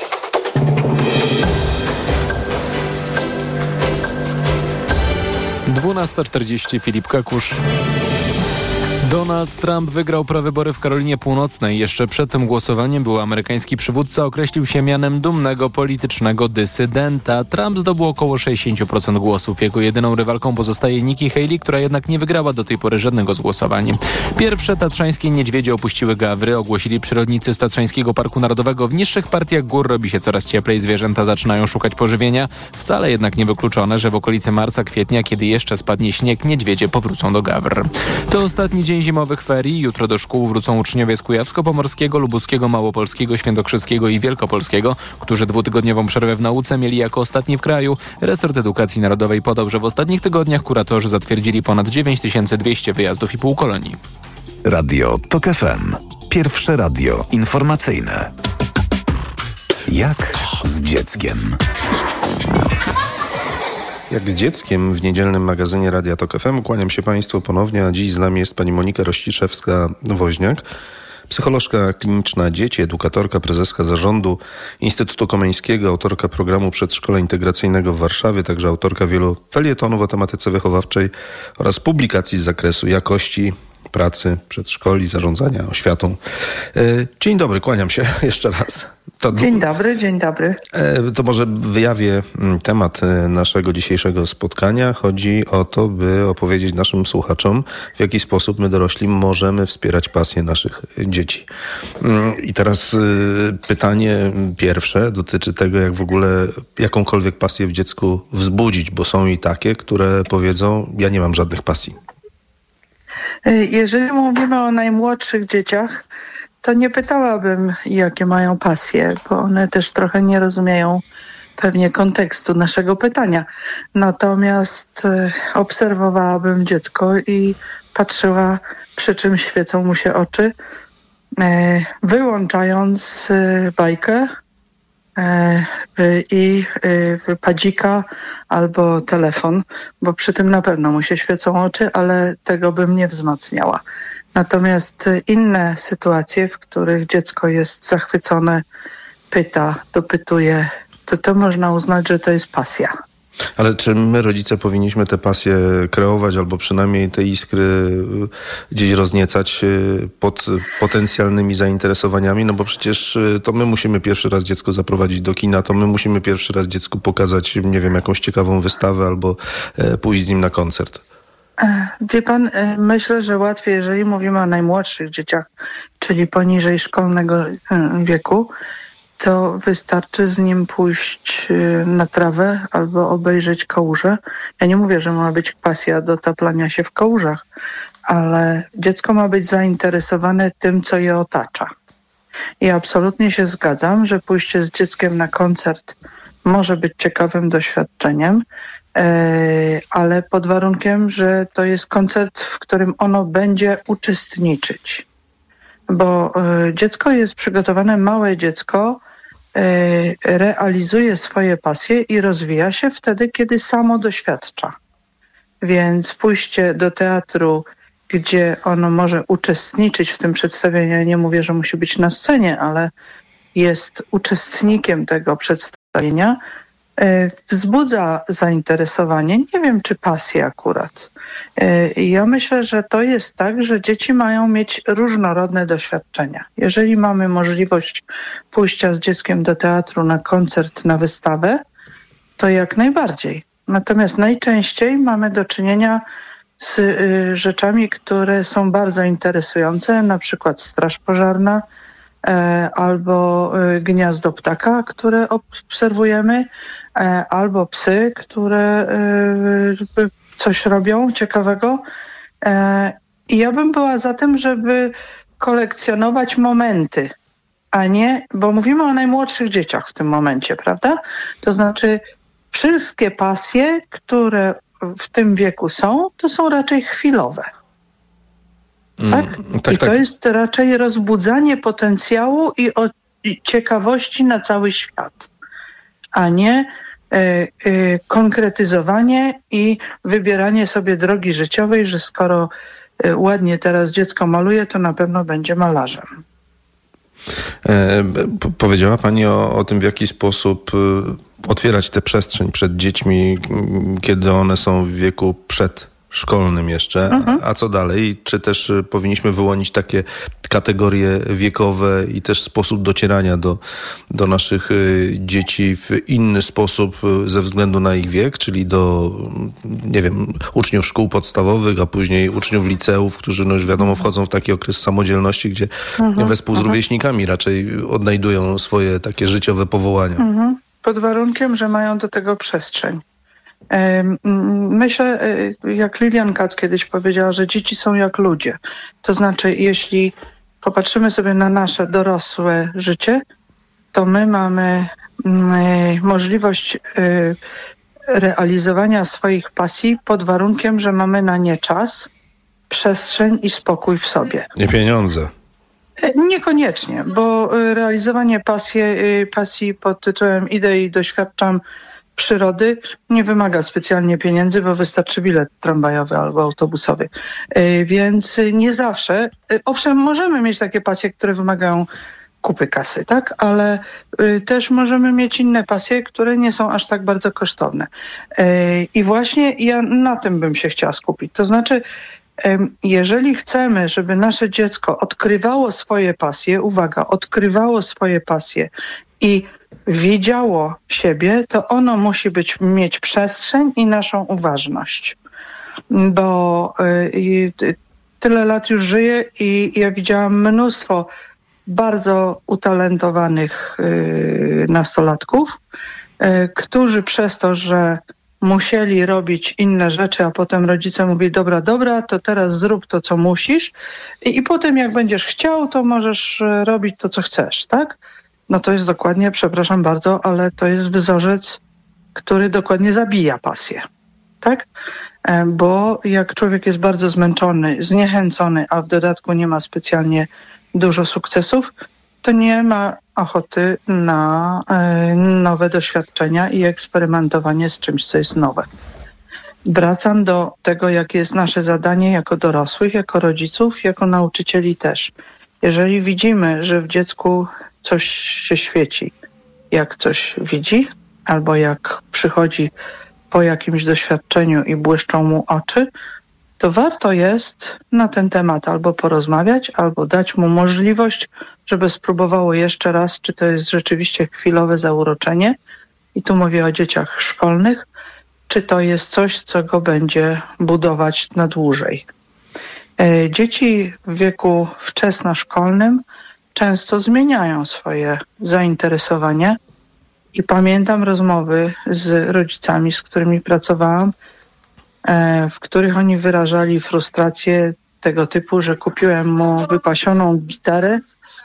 Dwunasta 40. Filip Kakusz. Donald Trump wygrał prawybory w Karolinie Północnej. Jeszcze przed tym głosowaniem były amerykański przywódca określił się mianem dumnego politycznego dysydenta. Trump zdobył około 60% głosów. Jego jedyną rywalką pozostaje Nikki Haley, która jednak nie wygrała do tej pory żadnego z głosowań. Pierwsze tatrzańskie niedźwiedzie opuściły Gawry, ogłosili przyrodnicy z Tatrzańskiego Parku Narodowego. W niższych partiach gór robi się coraz cieplej, zwierzęta zaczynają szukać pożywienia. Wcale jednak niewykluczone, że w okolicy marca, kwietnia, kiedy jeszcze spadnie śnieg, niedźwiedzie powrócą do Gawr. To ostatni dzień zimowych ferii. Jutro do szkół wrócą uczniowie z Kujawsko-Pomorskiego, Lubuskiego, Małopolskiego, Świętokrzyskiego i Wielkopolskiego, którzy 2-tygodniową przerwę w nauce mieli jako ostatni w kraju. Resort Edukacji Narodowej podał, że w ostatnich tygodniach kuratorzy zatwierdzili ponad 9200 wyjazdów i półkolonii. Radio TOK FM. Pierwsze radio informacyjne. Jak z dzieckiem? Jak z dzieckiem w niedzielnym magazynie Radia TOK FM. Kłaniam się Państwu ponownie, a dziś z nami jest pani Monika Rościszewska-Woźniak, psycholożka kliniczna dzieci, edukatorka, prezeska zarządu Instytutu Komeńskiego, autorka programu Przedszkola Integracyjnego w Warszawie, także autorka wielu felietonów o tematyce wychowawczej oraz publikacji z zakresu jakości pracy, przedszkoli, zarządzania oświatą. Dzień dobry, kłaniam się jeszcze raz. Dzień dobry, dzień dobry. To może wyjawię temat naszego dzisiejszego spotkania. Chodzi o to, by opowiedzieć naszym słuchaczom, w jaki sposób my dorośli możemy wspierać pasję naszych dzieci. I teraz pytanie pierwsze dotyczy tego, jak w ogóle jakąkolwiek pasję w dziecku wzbudzić, bo są i takie, które powiedzą, ja nie mam żadnych pasji. Jeżeli mówimy o najmłodszych dzieciach, to nie pytałabym, jakie mają pasje, bo one też trochę nie rozumieją pewnie kontekstu naszego pytania. Natomiast obserwowałabym dziecko i patrzyła, przy czym świecą mu się oczy, wyłączając bajkę i padzika albo telefon, bo przy tym na pewno mu się świecą oczy, ale tego bym nie wzmacniała. Natomiast inne sytuacje, w których dziecko jest zachwycone, pyta, dopytuje, to można uznać, że to jest pasja. Ale czy my, rodzice, powinniśmy te pasje kreować albo przynajmniej te iskry gdzieś rozniecać pod potencjalnymi zainteresowaniami? No bo przecież to my musimy pierwszy raz dziecko zaprowadzić do kina, to my musimy pierwszy raz dziecku pokazać, nie wiem, jakąś ciekawą wystawę albo pójść z nim na koncert. Wie pan, myślę, że łatwiej, jeżeli mówimy o najmłodszych dzieciach, czyli poniżej szkolnego wieku, to wystarczy z nim pójść na trawę albo obejrzeć kałużę. Ja nie mówię, że ma być pasja do taplania się w kałużach, ale dziecko ma być zainteresowane tym, co je otacza. I absolutnie się zgadzam, że pójście z dzieckiem na koncert może być ciekawym doświadczeniem, ale pod warunkiem, że to jest koncert, w którym ono będzie uczestniczyć. Bo dziecko jest przygotowane, małe dziecko realizuje swoje pasje i rozwija się wtedy, kiedy samo doświadcza. Więc pójście do teatru, gdzie ono może uczestniczyć w tym przedstawieniu, ja nie mówię, że musi być na scenie, ale jest uczestnikiem tego przedstawienia, wzbudza zainteresowanie. Nie wiem, czy pasję akurat. Ja myślę, że to jest tak, że dzieci mają mieć różnorodne doświadczenia. Jeżeli mamy możliwość pójścia z dzieckiem do teatru na koncert, na wystawę, to jak najbardziej. Natomiast najczęściej mamy do czynienia z rzeczami, które są bardzo interesujące, na przykład straż pożarna albo gniazdo ptaka, które obserwujemy, albo psy, które coś robią ciekawego. I ja bym była za tym, żeby kolekcjonować momenty, a nie, bo mówimy o najmłodszych dzieciach w tym momencie, prawda? To znaczy wszystkie pasje, które w tym wieku są, to są raczej chwilowe. Tak? I to jest raczej rozbudzanie potencjału i ciekawości na cały świat, a nie konkretyzowanie i wybieranie sobie drogi życiowej, że skoro ładnie teraz dziecko maluje, to na pewno będzie malarzem. Powiedziała Pani o tym, w jaki sposób otwierać tę przestrzeń przed dziećmi, kiedy one są w wieku przedszkolnym jeszcze. A co dalej? Czy też powinniśmy wyłonić takie kategorie wiekowe i też sposób docierania do naszych dzieci w inny sposób ze względu na ich wiek, czyli do, nie wiem, uczniów szkół podstawowych, a później uczniów liceów, którzy już wiadomo wchodzą w taki okres samodzielności, gdzie wespół z rówieśnikami raczej odnajdują swoje takie życiowe powołania. Pod warunkiem, że mają do tego przestrzeń. Myślę, jak Lilian Katz kiedyś powiedziała, że dzieci są jak ludzie. To znaczy, jeśli popatrzymy sobie na nasze dorosłe życie, to my mamy możliwość realizowania swoich pasji pod warunkiem, że mamy na nie czas, przestrzeń i spokój w sobie. Nie pieniądze. Niekoniecznie, bo realizowanie pasji pod tytułem idę i doświadczam przyrody nie wymaga specjalnie pieniędzy, bo wystarczy bilet tramwajowy albo autobusowy. Więc nie zawsze. Owszem, możemy mieć takie pasje, które wymagają kupy kasy, tak? Ale też możemy mieć inne pasje, które nie są aż tak bardzo kosztowne. I właśnie ja na tym bym się chciała skupić. To znaczy, jeżeli chcemy, żeby nasze dziecko odkrywało swoje pasje, uwaga, odkrywało swoje pasje i wiedziało siebie, to ono musi mieć przestrzeń i naszą uważność. Bo tyle lat już żyję i ja widziałam mnóstwo bardzo utalentowanych nastolatków, którzy przez to, że musieli robić inne rzeczy, a potem rodzice mówili, dobra, to teraz zrób to, co musisz i potem jak będziesz chciał, to możesz robić to, co chcesz, tak? No to jest dokładnie, przepraszam bardzo, ale to jest wzorzec, który dokładnie zabija pasję, tak? Bo jak człowiek jest bardzo zmęczony, zniechęcony, a w dodatku nie ma specjalnie dużo sukcesów, to nie ma ochoty na nowe doświadczenia i eksperymentowanie z czymś, co jest nowe. Wracam do tego, jakie jest nasze zadanie jako dorosłych, jako rodziców, jako nauczycieli też. Jeżeli widzimy, że w dziecku coś się świeci, jak coś widzi, albo jak przychodzi po jakimś doświadczeniu i błyszczą mu oczy, to warto jest na ten temat albo porozmawiać, albo dać mu możliwość, żeby spróbowało jeszcze raz, czy to jest rzeczywiście chwilowe zauroczenie. I tu mówię o dzieciach szkolnych, czy to jest coś, co go będzie budować na dłużej. Dzieci w wieku wczesnoszkolnym często zmieniają swoje zainteresowanie i pamiętam rozmowy z rodzicami, z którymi pracowałam, w których oni wyrażali frustrację tego typu, że kupiłem mu wypasioną gitarę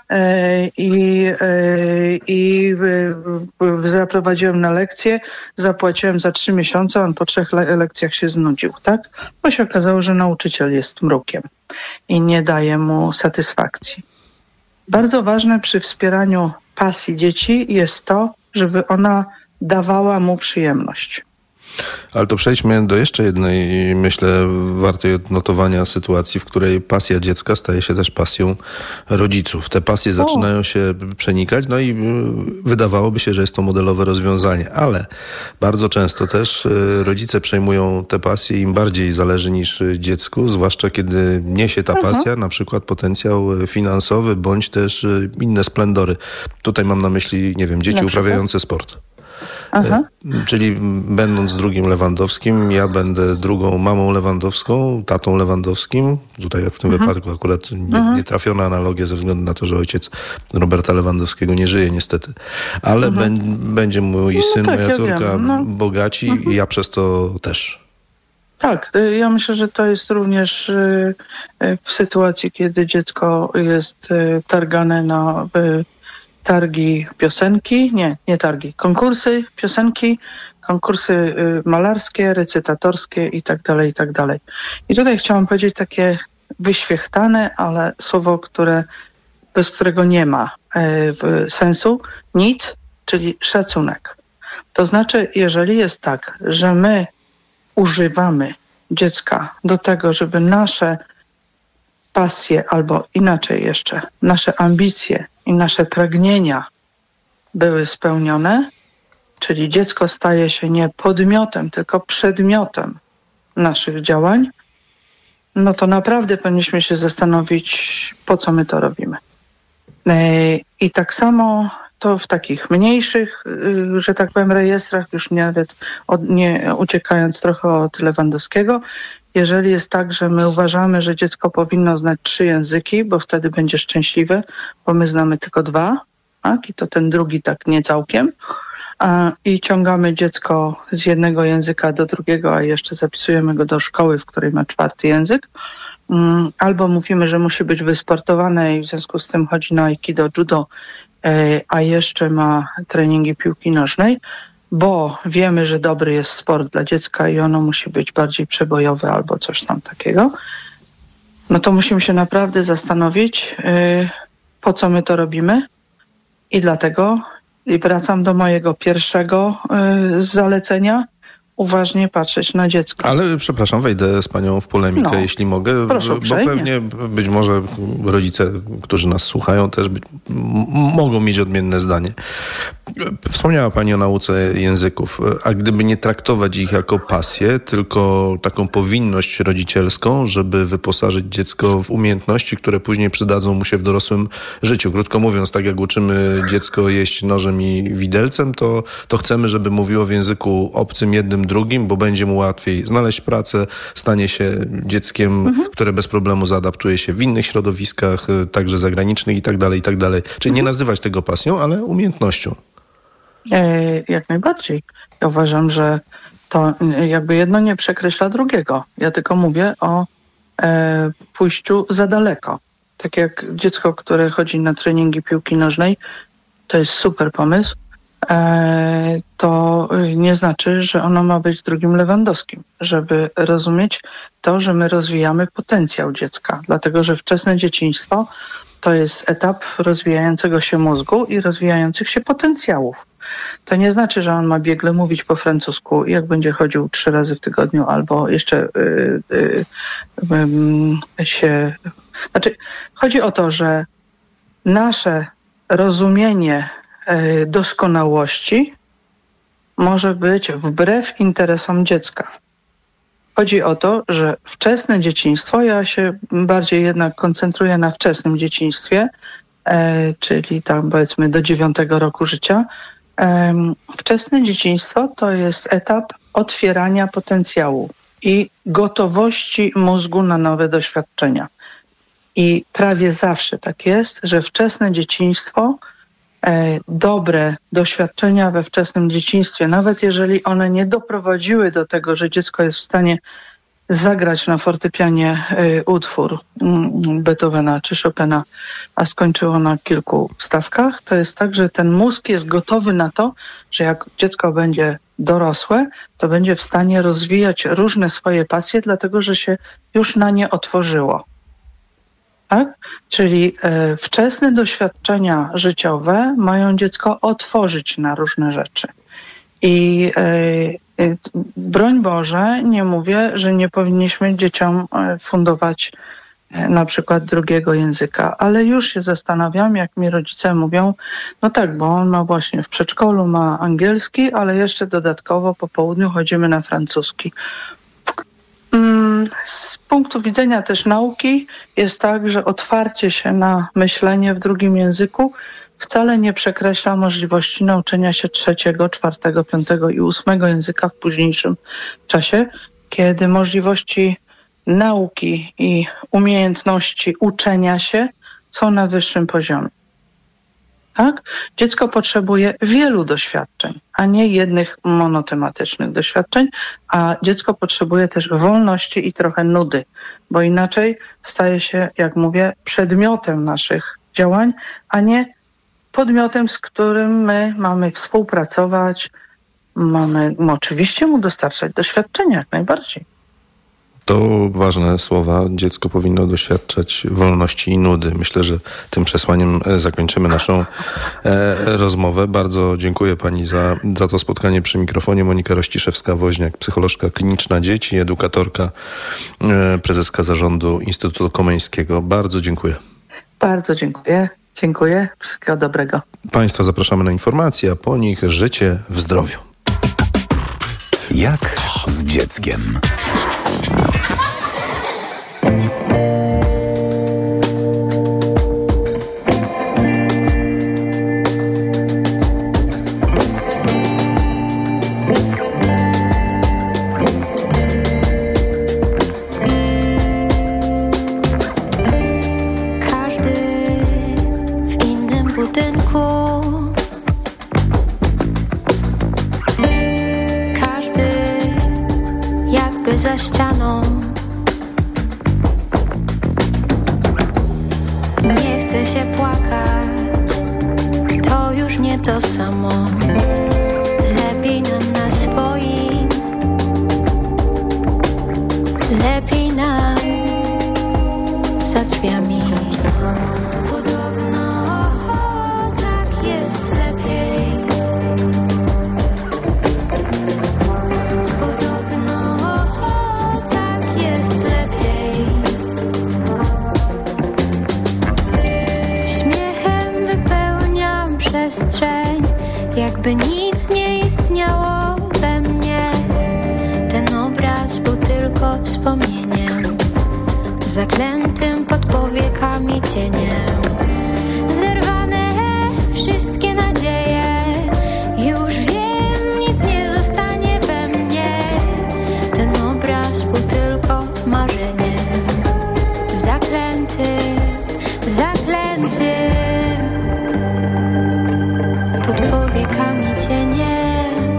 i zaprowadziłem na lekcję, zapłaciłem za 3 miesiące, on po 3 lekcjach się znudził, tak? Bo się okazało, że nauczyciel jest mrukiem i nie daje mu satysfakcji. Bardzo ważne przy wspieraniu pasji dzieci jest to, żeby ona dawała mu przyjemność. Ale to przejdźmy do jeszcze jednej, myślę, wartej odnotowania sytuacji, w której pasja dziecka staje się też pasją rodziców. Te pasje zaczynają się przenikać, no i wydawałoby się, że jest to modelowe rozwiązanie, ale bardzo często też rodzice przejmują te pasje, im bardziej zależy niż dziecku, zwłaszcza kiedy niesie ta pasja na przykład potencjał finansowy, bądź też inne splendory. Tutaj mam na myśli, nie wiem, dzieci uprawiające sport. Czyli będąc drugim Lewandowskim, ja będę drugą mamą Lewandowską, tatą Lewandowskim. Tutaj w tym wypadku akurat nie trafiona analogia ze względu na to, że ojciec Roberta Lewandowskiego nie żyje niestety. Ale będzie mój syn, moja córka bogaci i ja przez to też. Tak, ja myślę, że to jest również w sytuacji, kiedy dziecko jest targane na targi piosenki, nie targi, konkursy piosenki, konkursy malarskie, recytatorskie i tak dalej, i tak dalej. I tutaj chciałam powiedzieć takie wyświechtane, ale słowo, bez którego nie ma sensu, nic, czyli szacunek. To znaczy, jeżeli jest tak, że my używamy dziecka do tego, żeby nasze pasje, albo inaczej jeszcze, nasze ambicje i nasze pragnienia były spełnione, czyli dziecko staje się nie podmiotem, tylko przedmiotem naszych działań, no to naprawdę powinniśmy się zastanowić, po co my to robimy. I tak samo to w takich mniejszych, że tak powiem, rejestrach, już nawet nie uciekając trochę od Lewandowskiego, jeżeli jest tak, że my uważamy, że dziecko powinno znać 3 języki, bo wtedy będzie szczęśliwe, bo my znamy tylko 2, tak? I to ten drugi tak nie całkiem, i ciągamy dziecko z jednego języka do drugiego, a jeszcze zapisujemy go do szkoły, w której ma 4. język, albo mówimy, że musi być wysportowane i w związku z tym chodzi na aikido, judo, a jeszcze ma treningi piłki nożnej, bo wiemy, że dobry jest sport dla dziecka i ono musi być bardziej przebojowe albo coś tam takiego, no to musimy się naprawdę zastanowić, po co my to robimy, i dlatego wracam do mojego pierwszego zalecenia, uważnie patrzeć na dziecko. Ale przepraszam, wejdę z panią w polemikę, jeśli mogę, Proszę, bo pewnie być może rodzice, którzy nas słuchają, też mogą mieć odmienne zdanie. Wspomniała pani o nauce języków, a gdyby nie traktować ich jako pasję, tylko taką powinność rodzicielską, żeby wyposażyć dziecko w umiejętności, które później przydadzą mu się w dorosłym życiu. Krótko mówiąc, tak jak uczymy dziecko jeść nożem i widelcem, to chcemy, żeby mówiło w języku obcym, jednym, drugim, bo będzie mu łatwiej znaleźć pracę, stanie się dzieckiem, które bez problemu zaadaptuje się w innych środowiskach, także zagranicznych i tak dalej, i tak dalej. Czyli nie nazywać tego pasją, ale umiejętnością. Jak najbardziej. Ja uważam, że to jakby jedno nie przekreśla drugiego. Ja tylko mówię o pójściu za daleko. Tak jak dziecko, które chodzi na treningi piłki nożnej, to jest super pomysł, to nie znaczy, że ono ma być drugim Lewandowskim, żeby rozumieć to, że my rozwijamy potencjał dziecka, dlatego że wczesne dzieciństwo to jest etap rozwijającego się mózgu i rozwijających się potencjałów. To nie znaczy, że on ma biegle mówić po francusku, jak będzie chodził 3 razy w tygodniu, albo jeszcze Znaczy, chodzi o to, że nasze rozumienie doskonałości może być wbrew interesom dziecka. Chodzi o to, że wczesne dzieciństwo, ja się bardziej jednak koncentruję na wczesnym dzieciństwie, czyli tam powiedzmy do 9 roku życia. Wczesne dzieciństwo to jest etap otwierania potencjału i gotowości mózgu na nowe doświadczenia. I prawie zawsze tak jest, że wczesne dzieciństwo, dobre doświadczenia we wczesnym dzieciństwie, nawet jeżeli one nie doprowadziły do tego, że dziecko jest w stanie zagrać na fortepianie utwór Beethovena czy Chopina, a skończyło na kilku stawkach, to jest tak, że ten mózg jest gotowy na to, że jak dziecko będzie dorosłe, to będzie w stanie rozwijać różne swoje pasje, dlatego że się już na nie otworzyło. Tak? Czyli wczesne doświadczenia życiowe mają dziecko otworzyć na różne rzeczy. I broń Boże, nie mówię, że nie powinniśmy dzieciom fundować na przykład drugiego języka, ale już się zastanawiam, jak mi rodzice mówią, no tak, bo on ma właśnie w przedszkolu ma angielski, ale jeszcze dodatkowo po południu chodzimy na francuski. Z punktu widzenia też nauki jest tak, że otwarcie się na myślenie w drugim języku wcale nie przekreśla możliwości nauczenia się 3., 4., 5. i 8. języka w późniejszym czasie, kiedy możliwości nauki i umiejętności uczenia się są na wyższym poziomie. Tak? Dziecko potrzebuje wielu doświadczeń, a nie jednych monotematycznych doświadczeń, a dziecko potrzebuje też wolności i trochę nudy, bo inaczej staje się, jak mówię, przedmiotem naszych działań, a nie podmiotem, z którym my mamy współpracować, mamy oczywiście mu dostarczać doświadczenia, jak najbardziej. To ważne słowa. Dziecko powinno doświadczać wolności i nudy. Myślę, że tym przesłaniem zakończymy naszą rozmowę. Bardzo dziękuję pani za to spotkanie przy mikrofonie. Monika Rościszewska-Woźniak, psycholożka kliniczna dzieci, edukatorka, prezeska zarządu Instytutu Komeńskiego. Bardzo dziękuję. Bardzo dziękuję. Dziękuję. Wszystkiego dobrego. Państwa zapraszamy na informacje, a po nich życie w zdrowiu. Jak z dzieckiem? Za ścianą nie chcę się płakać, to już nie to samo. Lepiej nam na swoim, lepiej nam za drzwiami. Podobno tak jest lepiej. Jakby nic nie istniało we mnie. Ten obraz był tylko wspomnieniem, zaklętym pod powiekami cieniem. Zerwane wszystkie nadzieje, już wiem, nic nie zostanie we mnie. Ten obraz był tylko marzeniem, zaklętym, zaklętym. Pod powiekami cieniem,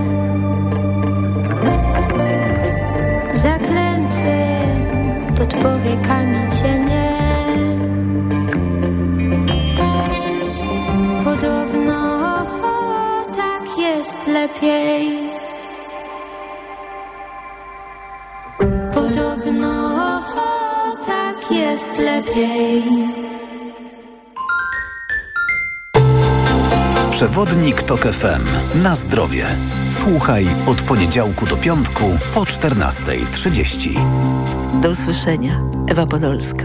zaklętym, pod powiekami cieniem. Podobno tak jest lepiej. Podobno tak jest lepiej. Przewodnik TOK FM. Na zdrowie. Słuchaj od poniedziałku do piątku po 14:30. Do usłyszenia. Ewa Podolska.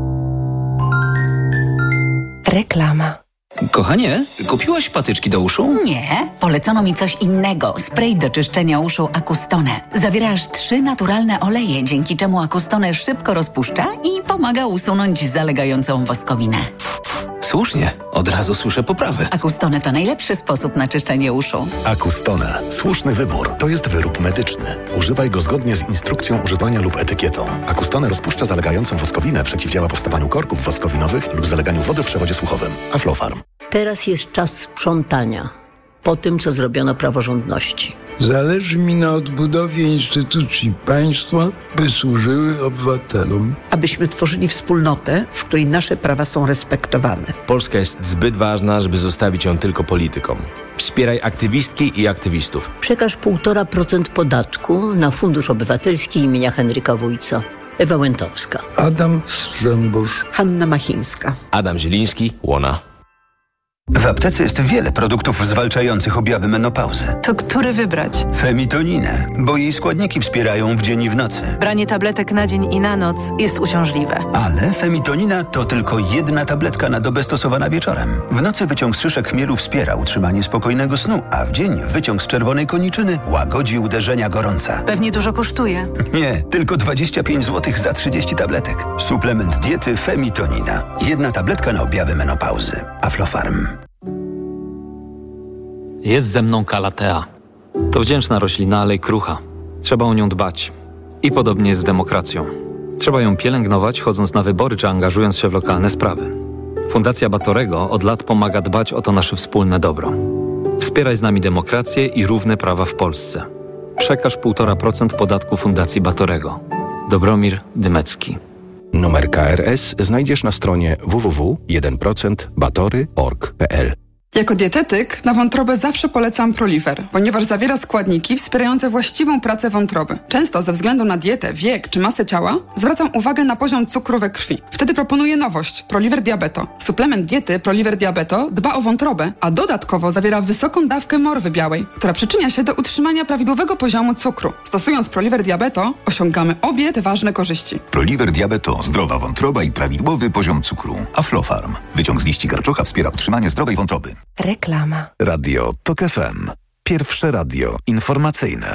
Reklama. Kochanie, kupiłaś patyczki do uszu? Nie, polecono mi coś innego. Spray do czyszczenia uszu Acustone. Zawiera aż 3 naturalne oleje, dzięki czemu Acustone szybko rozpuszcza i pomaga usunąć zalegającą woskowinę. Słusznie, od razu słyszę poprawę. Acustone to najlepszy sposób na czyszczenie uszu. Acustone. Słuszny wybór. To jest wyrób medyczny. Używaj go zgodnie z instrukcją używania lub etykietą. Acustone rozpuszcza zalegającą woskowinę, przeciwdziała powstawaniu korków woskowinowych lub zaleganiu wody w przewodzie słuchowym. Aflofarm. Teraz jest czas sprzątania. Po tym, co zrobiono praworządności. Zależy mi na odbudowie instytucji państwa, by służyły obywatelom. Abyśmy tworzyli wspólnotę, w której nasze prawa są respektowane. Polska jest zbyt ważna, żeby zostawić ją tylko politykom. Wspieraj aktywistki i aktywistów. Przekaż 1,5% podatku na Fundusz Obywatelski imienia Henryka Wójca. Ewa Łętowska. Adam Strzembosz. Hanna Machińska. Adam Zieliński, Łona. W aptece jest wiele produktów zwalczających objawy menopauzy. To który wybrać? Femitoninę, bo jej składniki wspierają w dzień i w nocy. Branie tabletek na dzień i na noc jest uciążliwe. Ale femitonina to tylko jedna tabletka na dobę stosowana wieczorem. W nocy wyciąg z szyszek chmielu wspiera utrzymanie spokojnego snu, a w dzień wyciąg z czerwonej koniczyny łagodzi uderzenia gorąca. Pewnie dużo kosztuje. Nie, tylko 25 zł za 30 tabletek. Suplement diety Femitonina. Jedna tabletka na objawy menopauzy. Aflofarm. Jest ze mną Calathea. To wdzięczna roślina, ale i krucha. Trzeba o nią dbać. I podobnie jest z demokracją. Trzeba ją pielęgnować, chodząc na wybory czy angażując się w lokalne sprawy. Fundacja Batorego od lat pomaga dbać o to nasze wspólne dobro. Wspieraj z nami demokrację i równe prawa w Polsce. Przekaż 1,5% podatku Fundacji Batorego. Dobromir Dymecki. Numer KRS znajdziesz na stronie www.1%batory.org.pl. Jako dietetyk na wątrobę zawsze polecam Proliver, ponieważ zawiera składniki wspierające właściwą pracę wątroby. Często ze względu na dietę, wiek czy masę ciała zwracam uwagę na poziom cukru we krwi. Wtedy proponuję nowość – Proliver Diabeto. Suplement diety Proliver Diabeto dba o wątrobę, a dodatkowo zawiera wysoką dawkę morwy białej, która przyczynia się do utrzymania prawidłowego poziomu cukru. Stosując Proliver Diabeto osiągamy obie te ważne korzyści. Proliver Diabeto, zdrowa wątroba i prawidłowy poziom cukru. Aflofarm. Wyciąg z liści karczocha wspiera utrzymanie zdrowej wątroby. Reklama. Radio TOK FM. Pierwsze radio informacyjne.